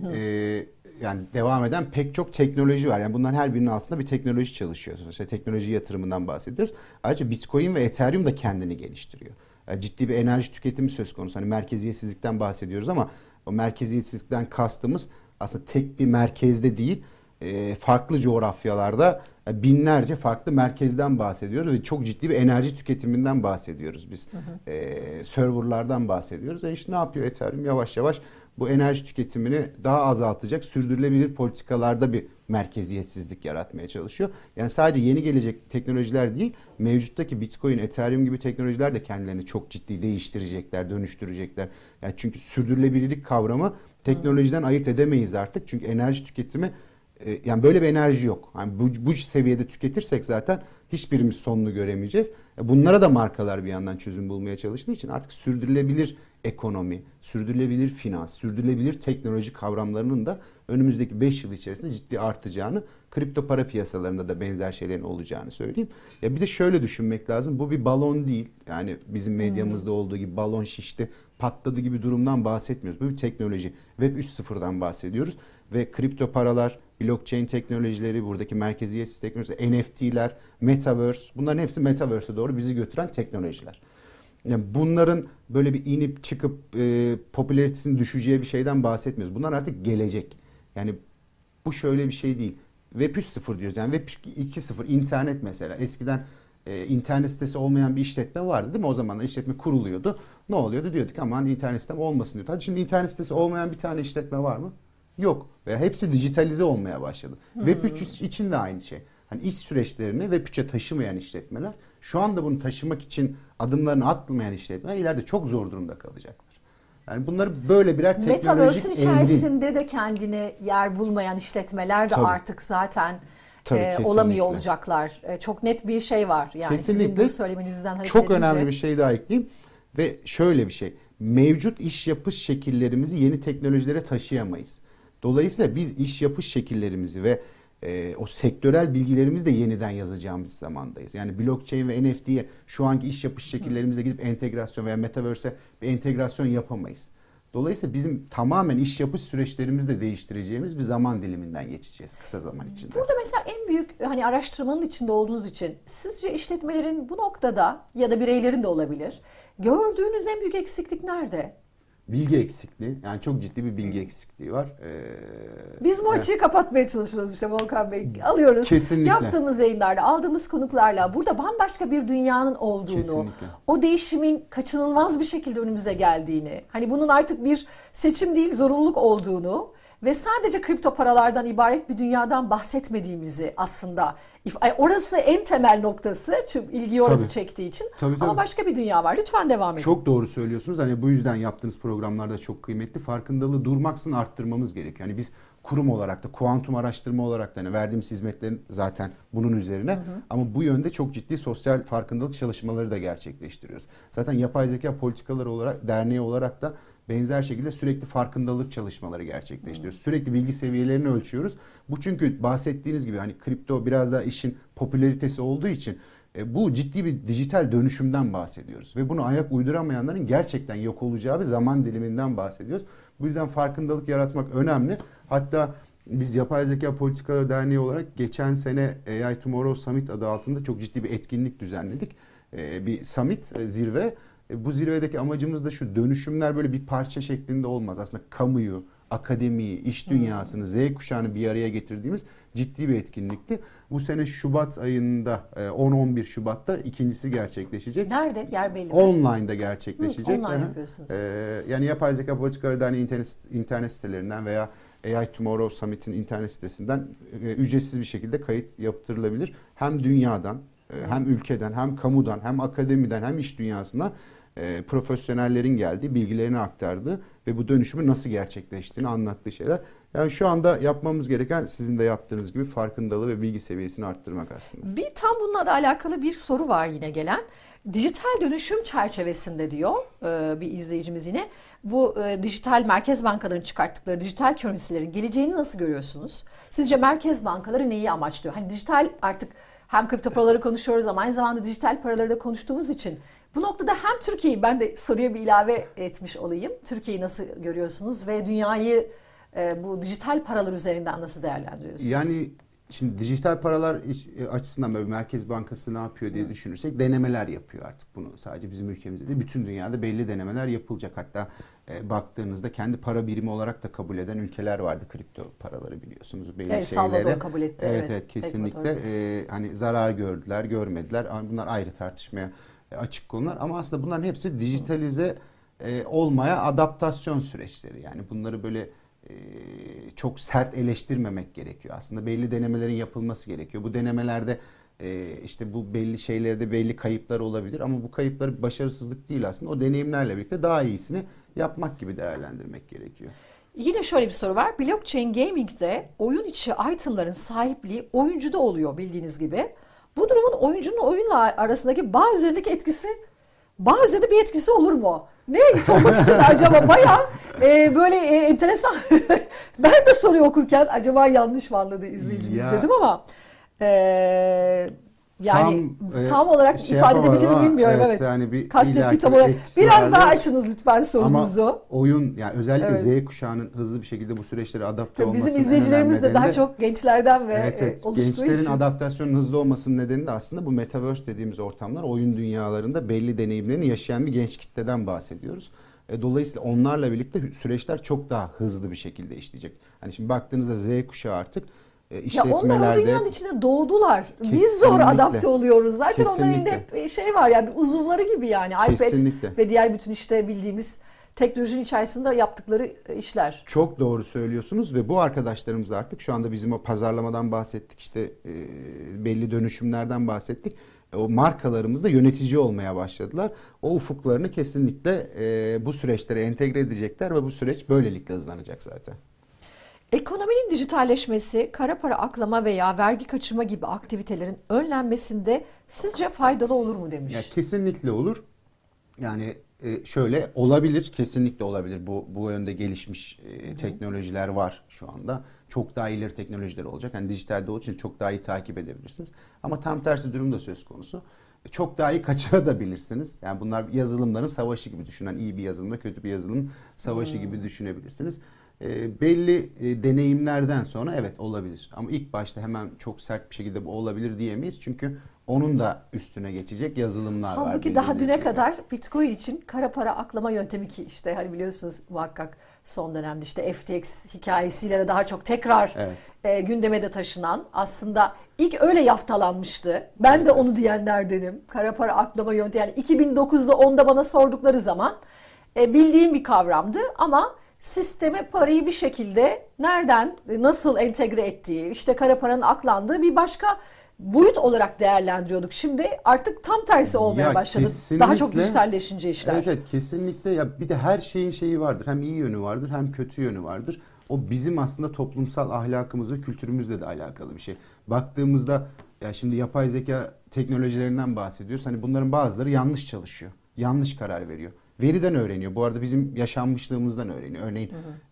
yani devam eden pek çok teknoloji var. Yani bunların her birinin altında bir teknoloji çalışıyor. İşte teknoloji yatırımından bahsediyoruz. Ayrıca Bitcoin ve Ethereum da kendini geliştiriyor. Yani ciddi bir enerji tüketimi söz konusu. Hani merkeziyetsizlikten bahsediyoruz ama o merkeziyetsizlikten kastımız aslında tek bir merkezde değil, farklı coğrafyalarda binlerce farklı merkezden bahsediyoruz ve çok ciddi bir enerji tüketiminden bahsediyoruz biz. Serverlardan bahsediyoruz. İşte ne yapıyor Ethereum? Yavaş yavaş bu enerji tüketimini daha azaltacak, sürdürülebilir politikalarda bir merkeziyetsizlik yaratmaya çalışıyor. Yani sadece yeni gelecek teknolojiler değil, mevcuttaki Bitcoin, Ethereum gibi teknolojiler de kendilerini çok ciddi değiştirecekler, dönüştürecekler. Yani çünkü sürdürülebilirlik kavramı teknolojiden ayırt edemeyiz artık. Çünkü enerji tüketimi yani böyle bir enerji yok. Yani bu seviyede tüketirsek zaten hiçbirimiz sonunu göremeyeceğiz. Bunlara da markalar bir yandan çözüm bulmaya çalıştığı için artık sürdürülebilir ekonomi, sürdürülebilir finans, sürdürülebilir teknoloji kavramlarının da önümüzdeki 5 yıl içerisinde ciddi artacağını, kripto para piyasalarında da benzer şeylerin olacağını söyleyeyim. Ya bir de şöyle düşünmek lazım. Bu bir balon değil. Yani bizim medyamızda olduğu gibi balon şişti, patladı gibi durumdan bahsetmiyoruz. Bu bir teknoloji. Web 3.0'dan bahsediyoruz ve kripto paralar, blockchain teknolojileri, buradaki merkeziyetsiz teknolojiler, NFT'ler, Metaverse, bunların hepsi Metaverse'e doğru bizi götüren teknolojiler. Yani bunların böyle bir inip çıkıp popülaritesinin düşeceği bir şeyden bahsetmiyoruz. Bunlar artık gelecek. Yani bu şöyle bir şey değil. Web 3.0 diyoruz. Yani Web 2.0 internet mesela. Eskiden internet sitesi olmayan bir işletme vardı değil mi? O zamanlar işletme kuruluyordu. Ne oluyordu? Diyorduk aman internet sitesi olmasın diyordu. Hadi şimdi internet sitesi olmayan bir tane işletme var mı? Yok. Veya hepsi dijitalize olmaya başladı. Web 3 için de aynı şey. Hani iç süreçlerini Web 3'e taşımayan işletmeler, şu anda bunu taşımak için adımlarını atmayan işletmeler ileride çok zor durumda kalacaklar. Yani bunları böyle birer teknolojik Metaverse'ün içerisinde de kendine yer bulmayan işletmeler de tabii, artık zaten Tabii, kesinlikle. olamıyor olacaklar. Çok net bir şey var. Yani Kesinlikle. sizin bu söylemenizden hareket Çok edince. önemli bir şey daha ekleyeyim. Ve şöyle bir şey. Mevcut iş yapış şekillerimizi yeni teknolojilere taşıyamayız. Dolayısıyla biz iş yapış şekillerimizi ve o sektörel bilgilerimizi de yeniden yazacağımız zamandayız. Yani blockchain ve NFT'ye şu anki iş yapış şekillerimizle gidip entegrasyon veya metaverse'e bir entegrasyon yapamayız. Dolayısıyla bizim tamamen iş yapış süreçlerimizi de değiştireceğimiz bir zaman diliminden geçeceğiz kısa zaman içinde. Burada mesela en büyük hani araştırmanın içinde olduğunuz için sizce işletmelerin bu noktada ya da bireylerin de olabilir gördüğünüz en büyük eksiklik nerede? Bilgi eksikliği, yani çok ciddi bir bilgi eksikliği var. Biz bu açığı kapatmaya çalışıyoruz işte Volkan Bey. Alıyoruz. Kesinlikle. Yaptığımız yayınlarla, aldığımız konuklarla burada bambaşka bir dünyanın olduğunu, Kesinlikle. o değişimin kaçınılmaz bir şekilde önümüze geldiğini, hani bunun artık bir seçim değil zorunluluk olduğunu ve sadece kripto paralardan ibaret bir dünyadan bahsetmediğimizi aslında orası en temel noktası çünkü ilgiyi orası Tabii. çektiği için. Tabii. Ama başka bir dünya var. Lütfen devam edin. Çok doğru söylüyorsunuz. Hani bu yüzden yaptığınız programlarda çok kıymetli. Farkındalığı durmaksızın arttırmamız gerekiyor. Yani biz kurum olarak da, kuantum araştırma olarak da hani verdiğimiz hizmetlerin zaten bunun üzerine. Ama bu yönde çok ciddi sosyal farkındalık çalışmaları da gerçekleştiriyoruz. Zaten Yapay Zeka Politikaları olarak, derneği olarak da benzer şekilde sürekli farkındalık çalışmaları gerçekleştiriyoruz. Sürekli bilgi seviyelerini ölçüyoruz. Bu çünkü bahsettiğiniz gibi hani kripto biraz daha işin popülaritesi olduğu için bu ciddi bir dijital dönüşümden bahsediyoruz. Ve bunu ayak uyduramayanların gerçekten yok olacağı bir zaman diliminden bahsediyoruz. Bu yüzden farkındalık yaratmak önemli. Hatta biz Yapay Zeka Politikaları Derneği olarak geçen sene AI Tomorrow Summit adı altında çok ciddi bir etkinlik düzenledik. Bir summit, zirve. Bu zirvedeki amacımız da şu: dönüşümler böyle bir parça şeklinde olmaz. Aslında kamuyu, akademiyi, iş dünyasını, Z kuşağını bir araya getirdiğimiz ciddi bir etkinlikti. Bu sene Şubat ayında 10-11 Şubat'ta ikincisi gerçekleşecek. Nerede? Yer belli mi? Online'da gerçekleşecek. Online yapıyorsunuz. Yani Yapay Zeka Politikaları Derneği internet sitelerinden veya AI Tomorrow Summit'in internet sitesinden ücretsiz bir şekilde kayıt yaptırılabilir. Hem dünyadan, hem ülkeden, hem kamudan, hem akademiden, hem iş dünyasından profesyonellerin geldiği, bilgilerini aktardığı ve bu dönüşümün nasıl gerçekleştiğini anlattığı şeyler. Yani şu anda yapmamız gereken sizin de yaptığınız gibi farkındalığı ve bilgi seviyesini arttırmak aslında. Bir tam bununla da alakalı bir soru var yine gelen. Dijital dönüşüm çerçevesinde diyor bir izleyicimiz yine. Bu dijital merkez bankaların çıkarttıkları dijital currency'lerin geleceğini nasıl görüyorsunuz? Sizce merkez bankaları neyi amaçlıyor? Hani dijital artık hem kripto paraları konuşuyoruz ama aynı zamanda dijital paraları da konuştuğumuz için bu noktada hem Türkiye'yi, ben de soruya bir ilave etmiş olayım. Türkiye'yi nasıl görüyorsunuz ve dünyayı bu dijital paralar üzerinden nasıl değerlendiriyorsunuz? Yani şimdi dijital paralar açısından böyle Merkez Bankası ne yapıyor diye düşünürsek denemeler yapıyor artık bunu. Sadece bizim ülkemizde değil, bütün dünyada belli denemeler yapılacak. Hatta baktığınızda kendi para birimi olarak da kabul eden ülkeler vardı, kripto paraları biliyorsunuz. Belli evet, şeylere. Salvador kabul etti. Evet, kesinlikle. Hani zarar gördüler, görmediler. Bunlar ayrı tartışmaya açık konular. Ama aslında bunların hepsi dijitalize olmaya adaptasyon süreçleri. Yani bunları böyle çok sert eleştirmemek gerekiyor. Aslında belli denemelerin yapılması gerekiyor. Bu denemelerde işte bu belli şeylerde belli kayıplar olabilir ama bu kayıplar başarısızlık değil aslında. O deneyimlerle birlikte daha iyisini yapmak gibi değerlendirmek gerekiyor. Yine şöyle bir soru var. Blockchain Gaming'de oyun içi itemların sahipliği oyuncuda oluyor bildiğiniz gibi. Bu durumun oyuncunun oyunla arasındaki bağ üzerindeki etkisi, bağ üzerinde bir etkisi olur mu? Ne sormak istedi acaba? Bayağı böyle enteresan. Ben de soruyu okurken acaba yanlış mı anladı izleyicimiz dedim ama yani tam olarak ifade edebildim mi bilmiyorum. Evet. Yani kastettiği tam olarak. Biraz daha açınız lütfen sorunuzu. Ama oyun, yani özellikle Z kuşağının hızlı bir şekilde bu süreçlere adapte olmasının bizim izleyicilerimiz de daha çok gençlerden ve oluştuğu gençlerin için. adaptasyonun hızlı olmasının nedeni de aslında bu metaverse dediğimiz ortamlar, oyun dünyalarında belli deneyimlerini yaşayan bir genç kitleden bahsediyoruz. Dolayısıyla onlarla birlikte süreçler çok daha hızlı bir şekilde işleyecek. Hani şimdi baktığınızda Z kuşağı artık işletmelerde... Ya onlar o dünyanın içinde doğdular. Biz zor adapte oluyoruz. Zaten onların elinde hep şey var yani uzuvları gibi yani. Kesinlikle. iPad ve diğer bütün işte bildiğimiz teknolojinin içerisinde yaptıkları işler. Çok doğru söylüyorsunuz ve bu arkadaşlarımız artık şu anda bizim o pazarlamadan bahsettik, işte belli dönüşümlerden bahsettik. O markalarımız da yönetici olmaya başladılar. O ufuklarını kesinlikle bu süreçlere entegre edecekler ve bu süreç böylelikle hızlanacak zaten. Ekonominin dijitalleşmesi, kara para aklama veya vergi kaçırma gibi aktivitelerin önlenmesinde sizce faydalı olur mu demiş. Ya kesinlikle olur. Yani şöyle olabilir, kesinlikle olabilir. Bu yönde gelişmiş teknolojiler var şu anda. Çok daha ileri teknolojiler olacak. Yani dijitalde olduğu için çok daha iyi takip edebilirsiniz. Ama tam tersi durum da söz konusu. Çok daha iyi kaçırabilirsiniz. Yani bunlar yazılımların savaşı gibi düşünün. İyi bir yazılımla kötü bir yazılım savaşı gibi düşünebilirsiniz. Belli deneyimlerden sonra evet olabilir. Ama ilk başta hemen çok sert bir şekilde bu olabilir diyemeyiz. Çünkü onun da üstüne geçecek yazılımlar var. Halbuki daha düne gibi. kadar Bitcoin için kara para aklama yöntemi ki işte hani biliyorsunuz muhakkak son dönemde işte FTX hikayesiyle de daha çok tekrar Evet. gündeme de taşınan aslında ilk öyle yaftalanmıştı. Ben Evet, de onu diyenlerdenim. Kara para aklama yöntemi yani 2009'da 10'da bana sordukları zaman bildiğim bir kavramdı ama sisteme parayı bir şekilde nereden nasıl entegre ettiği işte kara paranın aklandığı bir başka boyut olarak değerlendiriyorduk. Şimdi artık tam tersi olmaya başladı. Daha çok dijitalleşince işler. Evet, evet kesinlikle. Ya bir de her şeyin şeyi vardır. Hem iyi yönü vardır hem kötü yönü vardır. O bizim aslında toplumsal ahlakımız ve kültürümüzle de alakalı bir şey. Baktığımızda ya şimdi yapay zeka teknolojilerinden bahsediyoruz. Hani bunların bazıları yanlış çalışıyor. Yanlış karar veriyor. Veriden öğreniyor. Bu arada bizim yaşanmışlığımızdan öğreniyor. Örneğin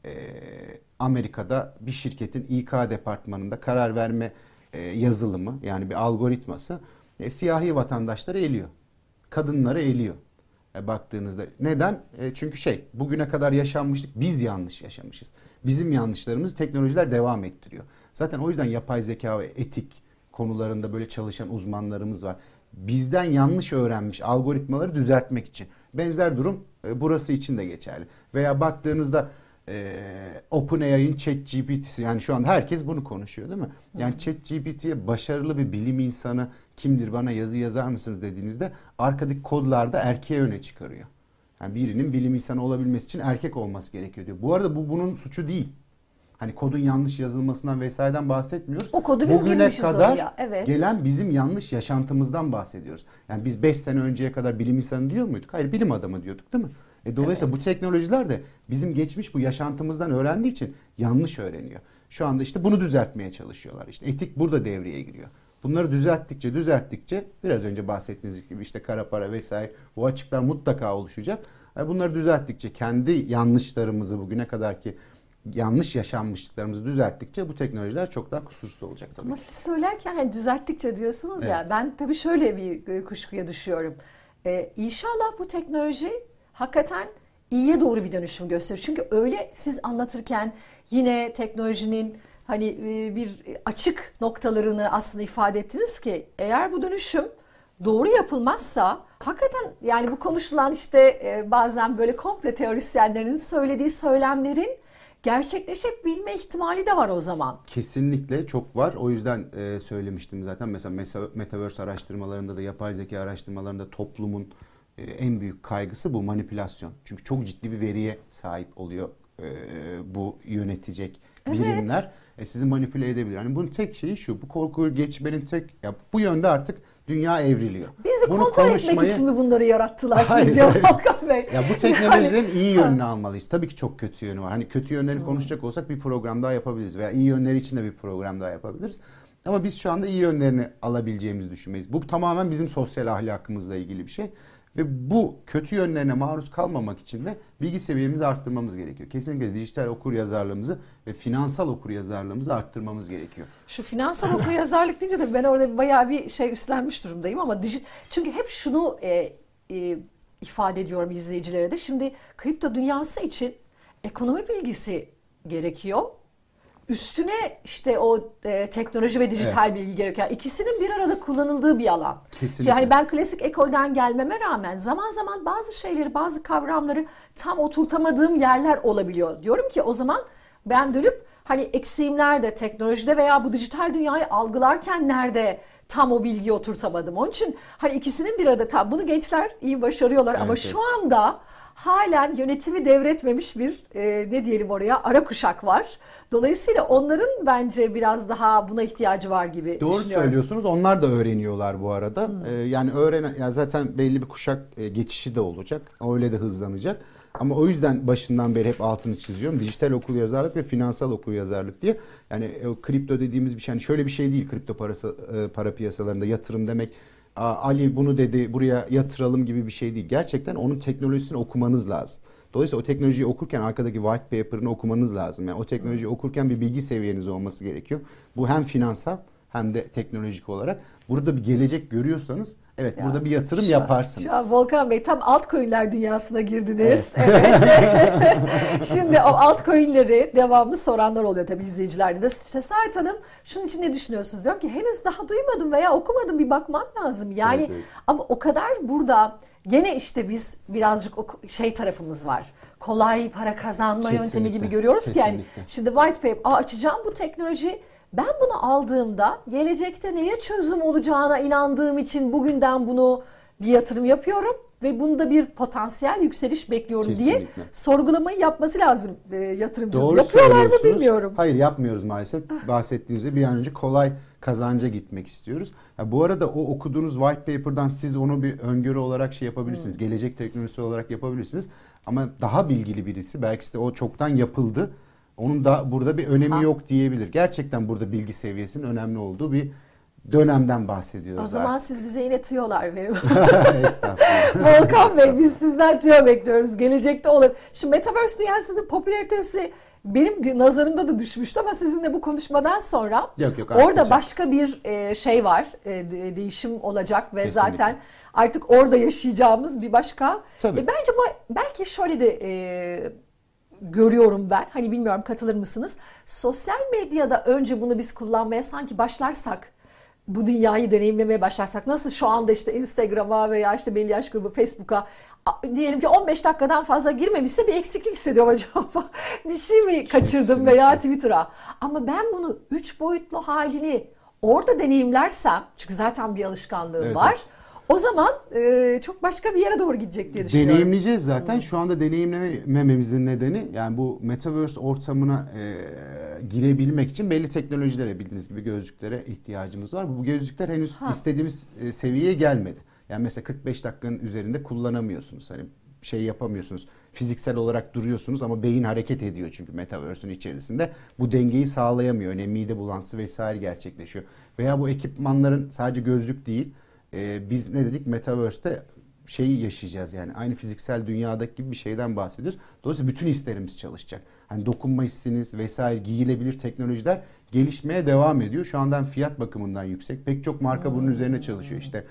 Amerika'da bir şirketin İK departmanında karar verme yazılımı yani bir algoritması siyahi vatandaşları eliyor. Kadınları eliyor. Baktığınızda. Neden? Çünkü bugüne kadar yaşanmışlık biz yanlış yaşamışız. Bizim yanlışlarımızı teknolojiler devam ettiriyor. Zaten o yüzden yapay zeka ve etik konularında böyle çalışan uzmanlarımız var. Bizden yanlış öğrenmiş algoritmaları düzeltmek için. Benzer durum burası için de geçerli. Veya baktığınızda OpenAI'nin ChatGPT'si yani şu anda herkes bunu konuşuyor değil mi? Yani ChatGPT'ye başarılı bir bilim insanı kimdir bana yazı yazar mısınız dediğinizde arkadaki kodlarda erkeği öne çıkarıyor. Yani birinin bilim insanı olabilmesi için erkek olması gerekiyor diyor. Bu arada bunun suçu değil. Hani kodun yanlış yazılmasından vesaireden bahsetmiyoruz. O kodu biz bugüne girmişiz kadar oraya. Evet. gelen bizim yanlış yaşantımızdan bahsediyoruz. Yani biz 5 sene önceye kadar bilim insanı diyor muyduk? Hayır bilim adamı diyorduk değil mi? Dolayısıyla bu teknolojiler de bizim geçmiş bu yaşantımızdan öğrendiği için yanlış öğreniyor. Şu anda işte bunu düzeltmeye çalışıyorlar. İşte etik burada devreye giriyor. Bunları düzelttikçe biraz önce bahsettiğiniz gibi işte kara para vesaire bu açıklar mutlaka oluşacak. Bunları düzelttikçe kendi yanlışlarımızı bugüne kadarki yanlış yaşanmışlıklarımızı düzelttikçe bu teknolojiler çok daha kusursuz olacak tabii. Ama siz söylerken hani düzelttikçe diyorsunuz ya Evet. ben tabii şöyle bir kuşkuya düşüyorum. İnşallah bu teknoloji hakikaten iyiye doğru bir dönüşüm gösterir. Çünkü öyle siz anlatırken yine teknolojinin hani bir açık noktalarını aslında ifade ettiniz ki eğer bu dönüşüm doğru yapılmazsa hakikaten yani bu konuşulan işte bazen böyle komple teorisyenlerin söylediği söylemlerin gerçekleşebilme ihtimali de var o zaman. Kesinlikle çok var. O yüzden söylemiştim zaten. Mesela Metaverse araştırmalarında da yapay zeka araştırmalarında toplumun en büyük kaygısı bu manipülasyon. Çünkü çok ciddi bir veriye sahip oluyor bu yönetecek birimler. Sizi manipüle edebilir. Yani bunun tek şeyi şu. Bu korkuyu geçmenin bu yönde artık dünya evriliyor. Bizi Bunu kontrol etmek için mi bunları yarattılar Hayır, sizce hayır. Volkan Bey? Ya bu teknolojilerin iyi yönünü almalıyız. Tabii ki çok kötü yönü var. Hani kötü yönlerini konuşacak olsak bir program daha yapabiliriz veya iyi yönleri için de bir program daha yapabiliriz. Ama biz şu anda iyi yönlerini alabileceğimizi düşünmeyiz. Bu tamamen bizim sosyal ahlakımızla ilgili bir şey. Ve bu kötü yönlerine maruz kalmamak için de bilgi seviyemizi arttırmamız gerekiyor. Kesinlikle dijital okuryazarlığımızı ve finansal okuryazarlığımızı arttırmamız gerekiyor. Şu finansal okuryazarlık deyince de ben orada bayağı bir şey üstlenmiş durumdayım ama çünkü hep şunu ifade ediyorum izleyicilere de. Şimdi kripto dünyası için ekonomi bilgisi gerekiyor. Üstüne işte o teknoloji ve dijital bilgi gerekiyor. Yani ikisinin bir arada kullanıldığı bir alan. Kesinlikle. Yani ben klasik ekolden gelmeme rağmen zaman zaman bazı şeyleri, bazı kavramları tam oturtamadığım yerler olabiliyor. Diyorum ki o zaman ben dönüp hani eksiğim nerede teknolojide veya bu dijital dünyayı algılarken nerede tam o bilgiyi oturtamadım. Onun için hani ikisinin bir arada tam bunu gençler iyi başarıyorlar ama şu anda halen yönetimi devretmemiş bir ne diyelim oraya ara kuşak var. Dolayısıyla onların bence biraz daha buna ihtiyacı var gibi Doğru düşünüyorum. söylüyorsunuz. Onlar da öğreniyorlar bu arada. Yani zaten belli bir kuşak geçişi de olacak. Öyle de hızlanacak. Ama o yüzden başından beri hep altını çiziyorum. Dijital okuryazarlık ve finansal okuryazarlık diye. Yani o kripto dediğimiz bir şey, yani şöyle bir şey değil kripto para piyasalarında yatırım demek. Ali bunu dedi, buraya yatıralım gibi bir şey değil. Gerçekten onun teknolojisini okumanız lazım. Dolayısıyla o teknolojiyi okurken arkadaki white paper'ını okumanız lazım. Yani o teknolojiyi okurken bir bilgi seviyeniz olması gerekiyor. Bu hem finansal hem de teknolojik olarak. Burada bir gelecek görüyorsanız evet Ya, burada bir yatırım yaparsınız. Şu an Volkan Bey tam altcoin'ler dünyasına girdiniz. Evet. Şimdi o altcoin'leri devamlı soranlar oluyor tabii izleyicilerde de. İşte Sait Hanım şunun için ne düşünüyorsunuz? Diyorum ki henüz daha duymadım veya okumadım, bir bakmam lazım. Yani Evet. ama o kadar burada gene işte biz birazcık şey tarafımız var. Kolay para kazanma yöntemi Kesinlikle, gibi görüyoruz ki yani kesinlikle. şimdi white paper açacağım bu teknoloji. Ben bunu aldığımda gelecekte neye çözüm olacağına inandığım için bugünden bunu bir yatırım yapıyorum ve bunda bir potansiyel yükseliş bekliyorum diye Kesinlikle. sorgulamayı yapması lazım yatırımcının. Doğru Yapıyorlar mı söylüyorsunuz. bilmiyorum. Hayır, yapmıyoruz maalesef. Bahsettiğiniz gibi bir an önce kolay kazanca gitmek istiyoruz. Ya bu arada o okuduğunuz white paper'dan siz onu bir öngörü olarak şey yapabilirsiniz. Gelecek teknolojisi olarak yapabilirsiniz. Ama daha bilgili birisi belki de o çoktan yapıldı. Onun da burada bir önemi yok diyebilir. Gerçekten burada bilgi seviyesinin önemli olduğu bir dönemden bahsediyoruz. O zaman siz bize yine tüyolar verin. Estağfurullah. Volkan Bey biz sizden tüyo bekliyoruz. Gelecekte olur. Şu Metaverse dünyasının popülaritesi benim nazarımda da düşmüştü ama sizinle bu konuşmadan sonra Yok, orada artacak. başka bir şey var. Değişim olacak ve Kesinlikle. zaten artık orada yaşayacağımız bir başka. Tabii. Bence bu belki şöyle de görüyorum ben. Hani bilmiyorum katılır mısınız? Sosyal medyada önce bunu biz kullanmaya sanki başlarsak, bu dünyayı deneyimlemeye başlarsak, nasıl şu anda işte Instagram'a veya işte belli yaş grubu Facebook'a diyelim ki 15 dakikadan fazla girmemişse bir eksiklik hissediyorum acaba. Bir şey mi kaçırdım Kesinlikle. veya Twitter'a. Ama ben bunu 3 boyutlu halini orada deneyimlersem, çünkü zaten bir alışkanlığım Evet, var. evet. O zaman çok başka bir yere doğru gidecek diye düşünüyorum. Deneyimleyeceğiz zaten. Şu anda deneyimlemememizin nedeni yani bu Metaverse ortamına girebilmek için belli teknolojilere, bildiğiniz gibi gözlüklere ihtiyacımız var. Bu gözlükler henüz istediğimiz seviyeye gelmedi. Yani mesela 45 dakikanın üzerinde kullanamıyorsunuz. Hani şey yapamıyorsunuz. Fiziksel olarak duruyorsunuz ama beyin hareket ediyor çünkü Metaverse'ün içerisinde. Bu dengeyi sağlayamıyor. Yani mide bulantısı vesaire gerçekleşiyor. Veya bu ekipmanların sadece gözlük değil. Biz ne dedik? Metaverse'te şeyi yaşayacağız yani. Aynı fiziksel dünyadaki gibi bir şeyden bahsediyoruz. Dolayısıyla bütün hislerimiz çalışacak. Hani dokunma hissiniz vesaire, giyilebilir teknolojiler gelişmeye devam ediyor. Şu andan fiyat bakımından yüksek. Pek çok marka bunun üzerine çalışıyor. İşte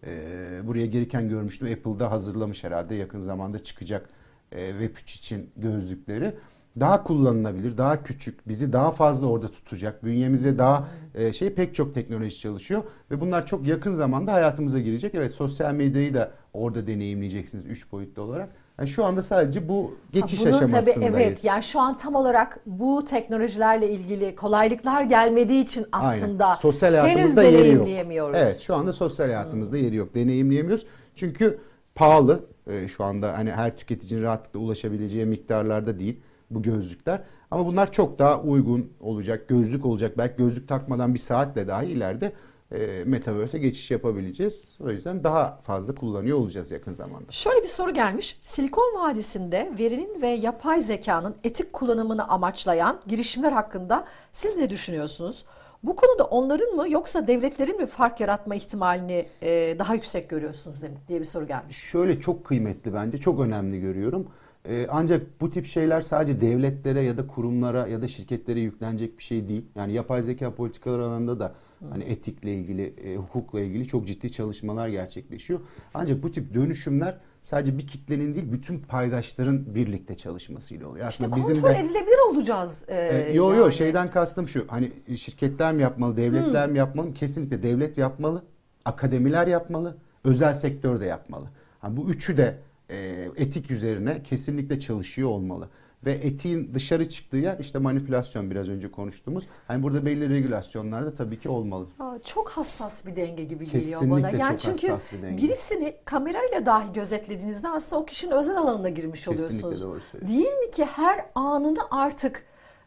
buraya gelirken görmüştüm. Apple'da hazırlamış herhalde. Yakın zamanda çıkacak Web3 için gözlükleri. Daha kullanılabilir, daha küçük, bizi daha fazla orada tutacak, bünyemize daha pek çok teknoloji çalışıyor ve bunlar çok yakın zamanda hayatımıza girecek. Evet, sosyal medyayı da orada deneyimleyeceksiniz 3 boyutlu olarak. Yani şu anda sadece bu geçiş aşamasındayız. Tabii evet, yani şu an tam olarak bu teknolojilerle ilgili kolaylıklar gelmediği için aslında aynen. Sosyal henüz hayatımızda yeri yok. deneyimleyemiyoruz. Evet, şu anda sosyal hayatımızda yeri yok, deneyimleyemiyoruz. Çünkü pahalı, şu anda hani her tüketicinin rahatlıkla ulaşabileceği miktarlarda değil bu gözlükler. Ama bunlar çok daha uygun olacak, gözlük olacak. Belki gözlük takmadan bir saatle dahi ileride Metaverse'e geçiş yapabileceğiz. O yüzden daha fazla kullanıyor olacağız yakın zamanda. Şöyle bir soru gelmiş. Silikon Vadisi'nde verinin ve yapay zekanın etik kullanımını amaçlayan girişimler hakkında siz ne düşünüyorsunuz? Bu konuda onların mı yoksa devletlerin mi fark yaratma ihtimalini daha yüksek görüyorsunuz diye bir soru gelmiş. Şöyle çok kıymetli bence, çok önemli görüyorum. Ancak bu tip şeyler sadece devletlere ya da kurumlara ya da şirketlere yüklenecek bir şey değil. Yani yapay zeka politikaları alanında da hani etikle ilgili, hukukla ilgili çok ciddi çalışmalar gerçekleşiyor. Ancak bu tip dönüşümler sadece bir kitlenin değil, bütün paydaşların birlikte çalışmasıyla oluyor. İşte Aslında kontrol edilebilir olacağız. Yo şeyden kastım şu. Hani şirketler mi yapmalı, devletler mi yapmalı? Kesinlikle devlet yapmalı, akademiler yapmalı, özel sektör de yapmalı. Yani bu üçü de etik üzerine kesinlikle çalışıyor olmalı. Ve etiğin dışarı çıktığı yer işte manipülasyon, biraz önce konuştuğumuz. Hani burada belli regülasyonlar da tabii ki olmalı. Çok hassas bir denge gibi Kesinlikle geliyor bana. Yani çok çünkü hassas bir denge. birisini kamerayla dahi gözetlediğinizde aslında o kişinin özel alanına girmiş Kesinlikle oluyorsunuz. doğru söylüyorsunuz. Değil mi ki her anını artık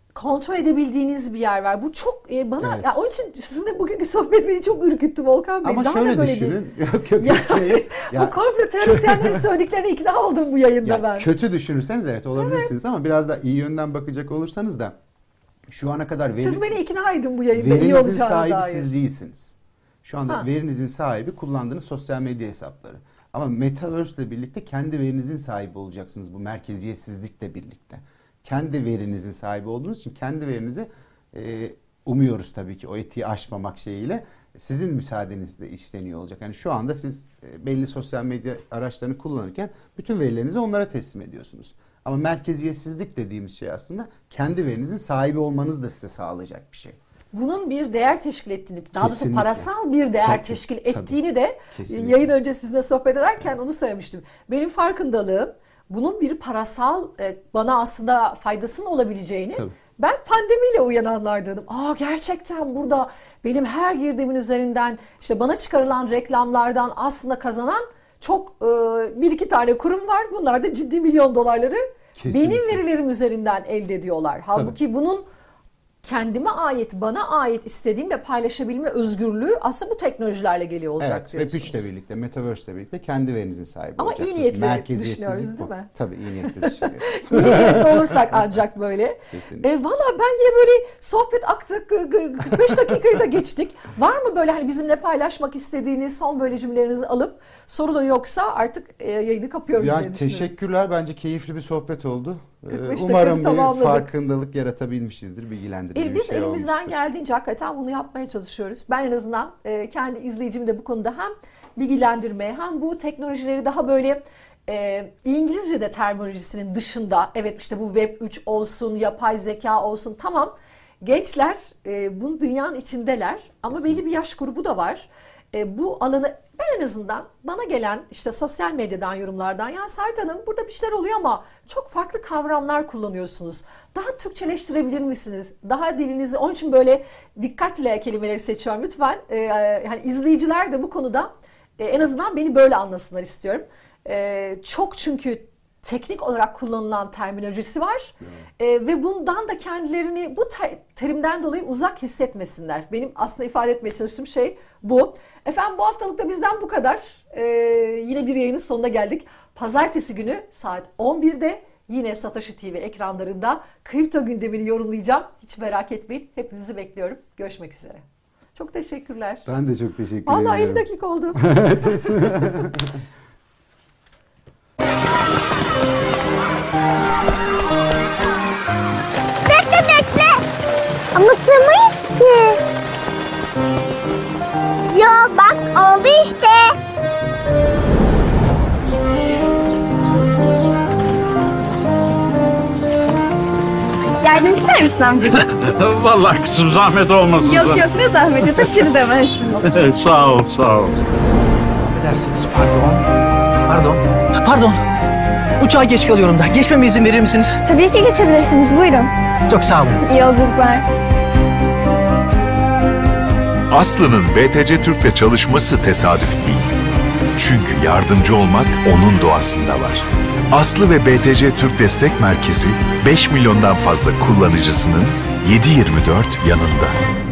kontrol edebildiğiniz bir yer var. Bu çok bana Evet. ya onun için sizinle bugünkü sohbet beni çok ürküttü Volkan Bey. Ama Daha da şöyle böyle düşünün. değil. Yok, Ya, ya, bu komplo teorisyenlerin söylediklerine ikna oldum bu yayında ya ben. kötü düşünürseniz evet olabilirsiniz ama biraz da iyi yönden bakacak olursanız da şu ana kadar Siz beni ikna edin bu yayında iyi verinizin olacağına sahibi dair. siz değilsiniz. Şu anda Ha. verinizin sahibi kullandığınız sosyal medya hesapları. Ama Metaverse ile birlikte kendi verinizin sahibi olacaksınız bu merkeziyetsizlikle birlikte. Kendi verinizin sahibi olduğunuz için kendi verinizi umuyoruz tabii ki o etiği aşmamak şeyiyle sizin müsaadenizle işleniyor olacak. Yani şu anda siz belli sosyal medya araçlarını kullanırken bütün verilerinizi onlara teslim ediyorsunuz. Ama merkeziyetsizlik dediğimiz şey aslında kendi verinizin sahibi olmanızı da size sağlayacak bir şey. Bunun bir değer teşkil ettiğini, daha doğrusu Kesinlikle. parasal bir değer Tabii, teşkil tabii. ettiğini de Kesinlikle. yayın önce sizinle sohbet ederken onu söylemiştim. Benim farkındalığım bunun bir parasal bana aslında faydasının olabileceğini. Tabii. Ben pandemiyle uyananlardanım. Gerçekten burada benim her girdiğimin üzerinden işte bana çıkarılan reklamlardan aslında kazanan çok bir iki tane kurum var. Bunlar da ciddi milyon dolarları Kesinlikle. benim verilerim üzerinden elde ediyorlar. Halbuki bunun kendime ait, bana ait istediğimle paylaşabilme özgürlüğü aslında bu teknolojilerle geliyor olacak Evet, diyorsunuz. Web3 ile birlikte, Metaverse ile birlikte kendi verinizin sahibi Ama iyi olacaksınız. niyetli Merkeziyetsizlik düşünüyoruz, bu. değil mi? Tabii iyi niyetli düşünüyoruz. İyi niyetli olursak ancak böyle. Kesinlikle. Valla ben yine böyle sohbet aktık, 45 dakikayı da geçtik. Var mı böyle hani bizimle paylaşmak istediğiniz son böyle cümlelerinizi alıp soru da yoksa artık yayını kapıyoruz diye Yani düşünüyorum. teşekkürler. Bence keyifli bir sohbet oldu. 45 dakikayı Umarım bir tamamladık. farkındalık yaratabilmişizdir, bilgilendirici bir Biz şey elimizden olmuştur. geldiğince hakikaten bunu yapmaya çalışıyoruz. Ben en azından kendi izleyicimi de bu konuda hem bilgilendirmeye hem bu teknolojileri daha böyle İngilizce'de terminolojisinin dışında evet işte bu Web 3 olsun, yapay zeka olsun tamam gençler bu dünyanın içindeler ama belli bir yaş grubu da var. Bu alanı ben en azından bana gelen işte sosyal medyadan yorumlardan ya Sait Hanım burada bir şeyler oluyor ama çok farklı kavramlar kullanıyorsunuz. Daha Türkçeleştirebilir misiniz? Daha dilinizi onun için böyle dikkatle kelimeleri seçiyorum lütfen. Hani izleyiciler de bu konuda en azından beni böyle anlasınlar istiyorum. Çok çünkü teknik olarak kullanılan terminolojisi var ve bundan da kendilerini bu terimden dolayı uzak hissetmesinler. Benim aslında ifade etmeye çalıştığım şey bu. Efendim bu haftalık da bizden bu kadar. Yine bir yayının sonuna geldik. Pazartesi günü saat 11'de yine Satoshi TV ekranlarında kripto gündemini yorumlayacağım. Hiç merak etmeyin. Hepinizi bekliyorum. Görüşmek üzere. Çok teşekkürler. Ben de çok teşekkür Vallahi ederim. 50 dakika oldu. Bekle. Ama sığmayız ki. Ya bak oldu işte. Yardım ister misin amcacığım? Vallahi kızım zahmet olmasın. Yok ne zahmeti taşırız hemen şimdi. Sağ ol, sağ ol. Affedersiniz, pardon. Uçağa geç kalıyorum da. Geçmeme izin verir misiniz? Tabii ki geçebilirsiniz buyurun. Çok sağ olun. İyi yolculuklar. Aslı'nın BTC Türk'le çalışması tesadüf değil. Çünkü yardımcı olmak onun doğasında var. Aslı ve BTC Türk Destek Merkezi 5 milyondan fazla kullanıcısının 7/24 yanında.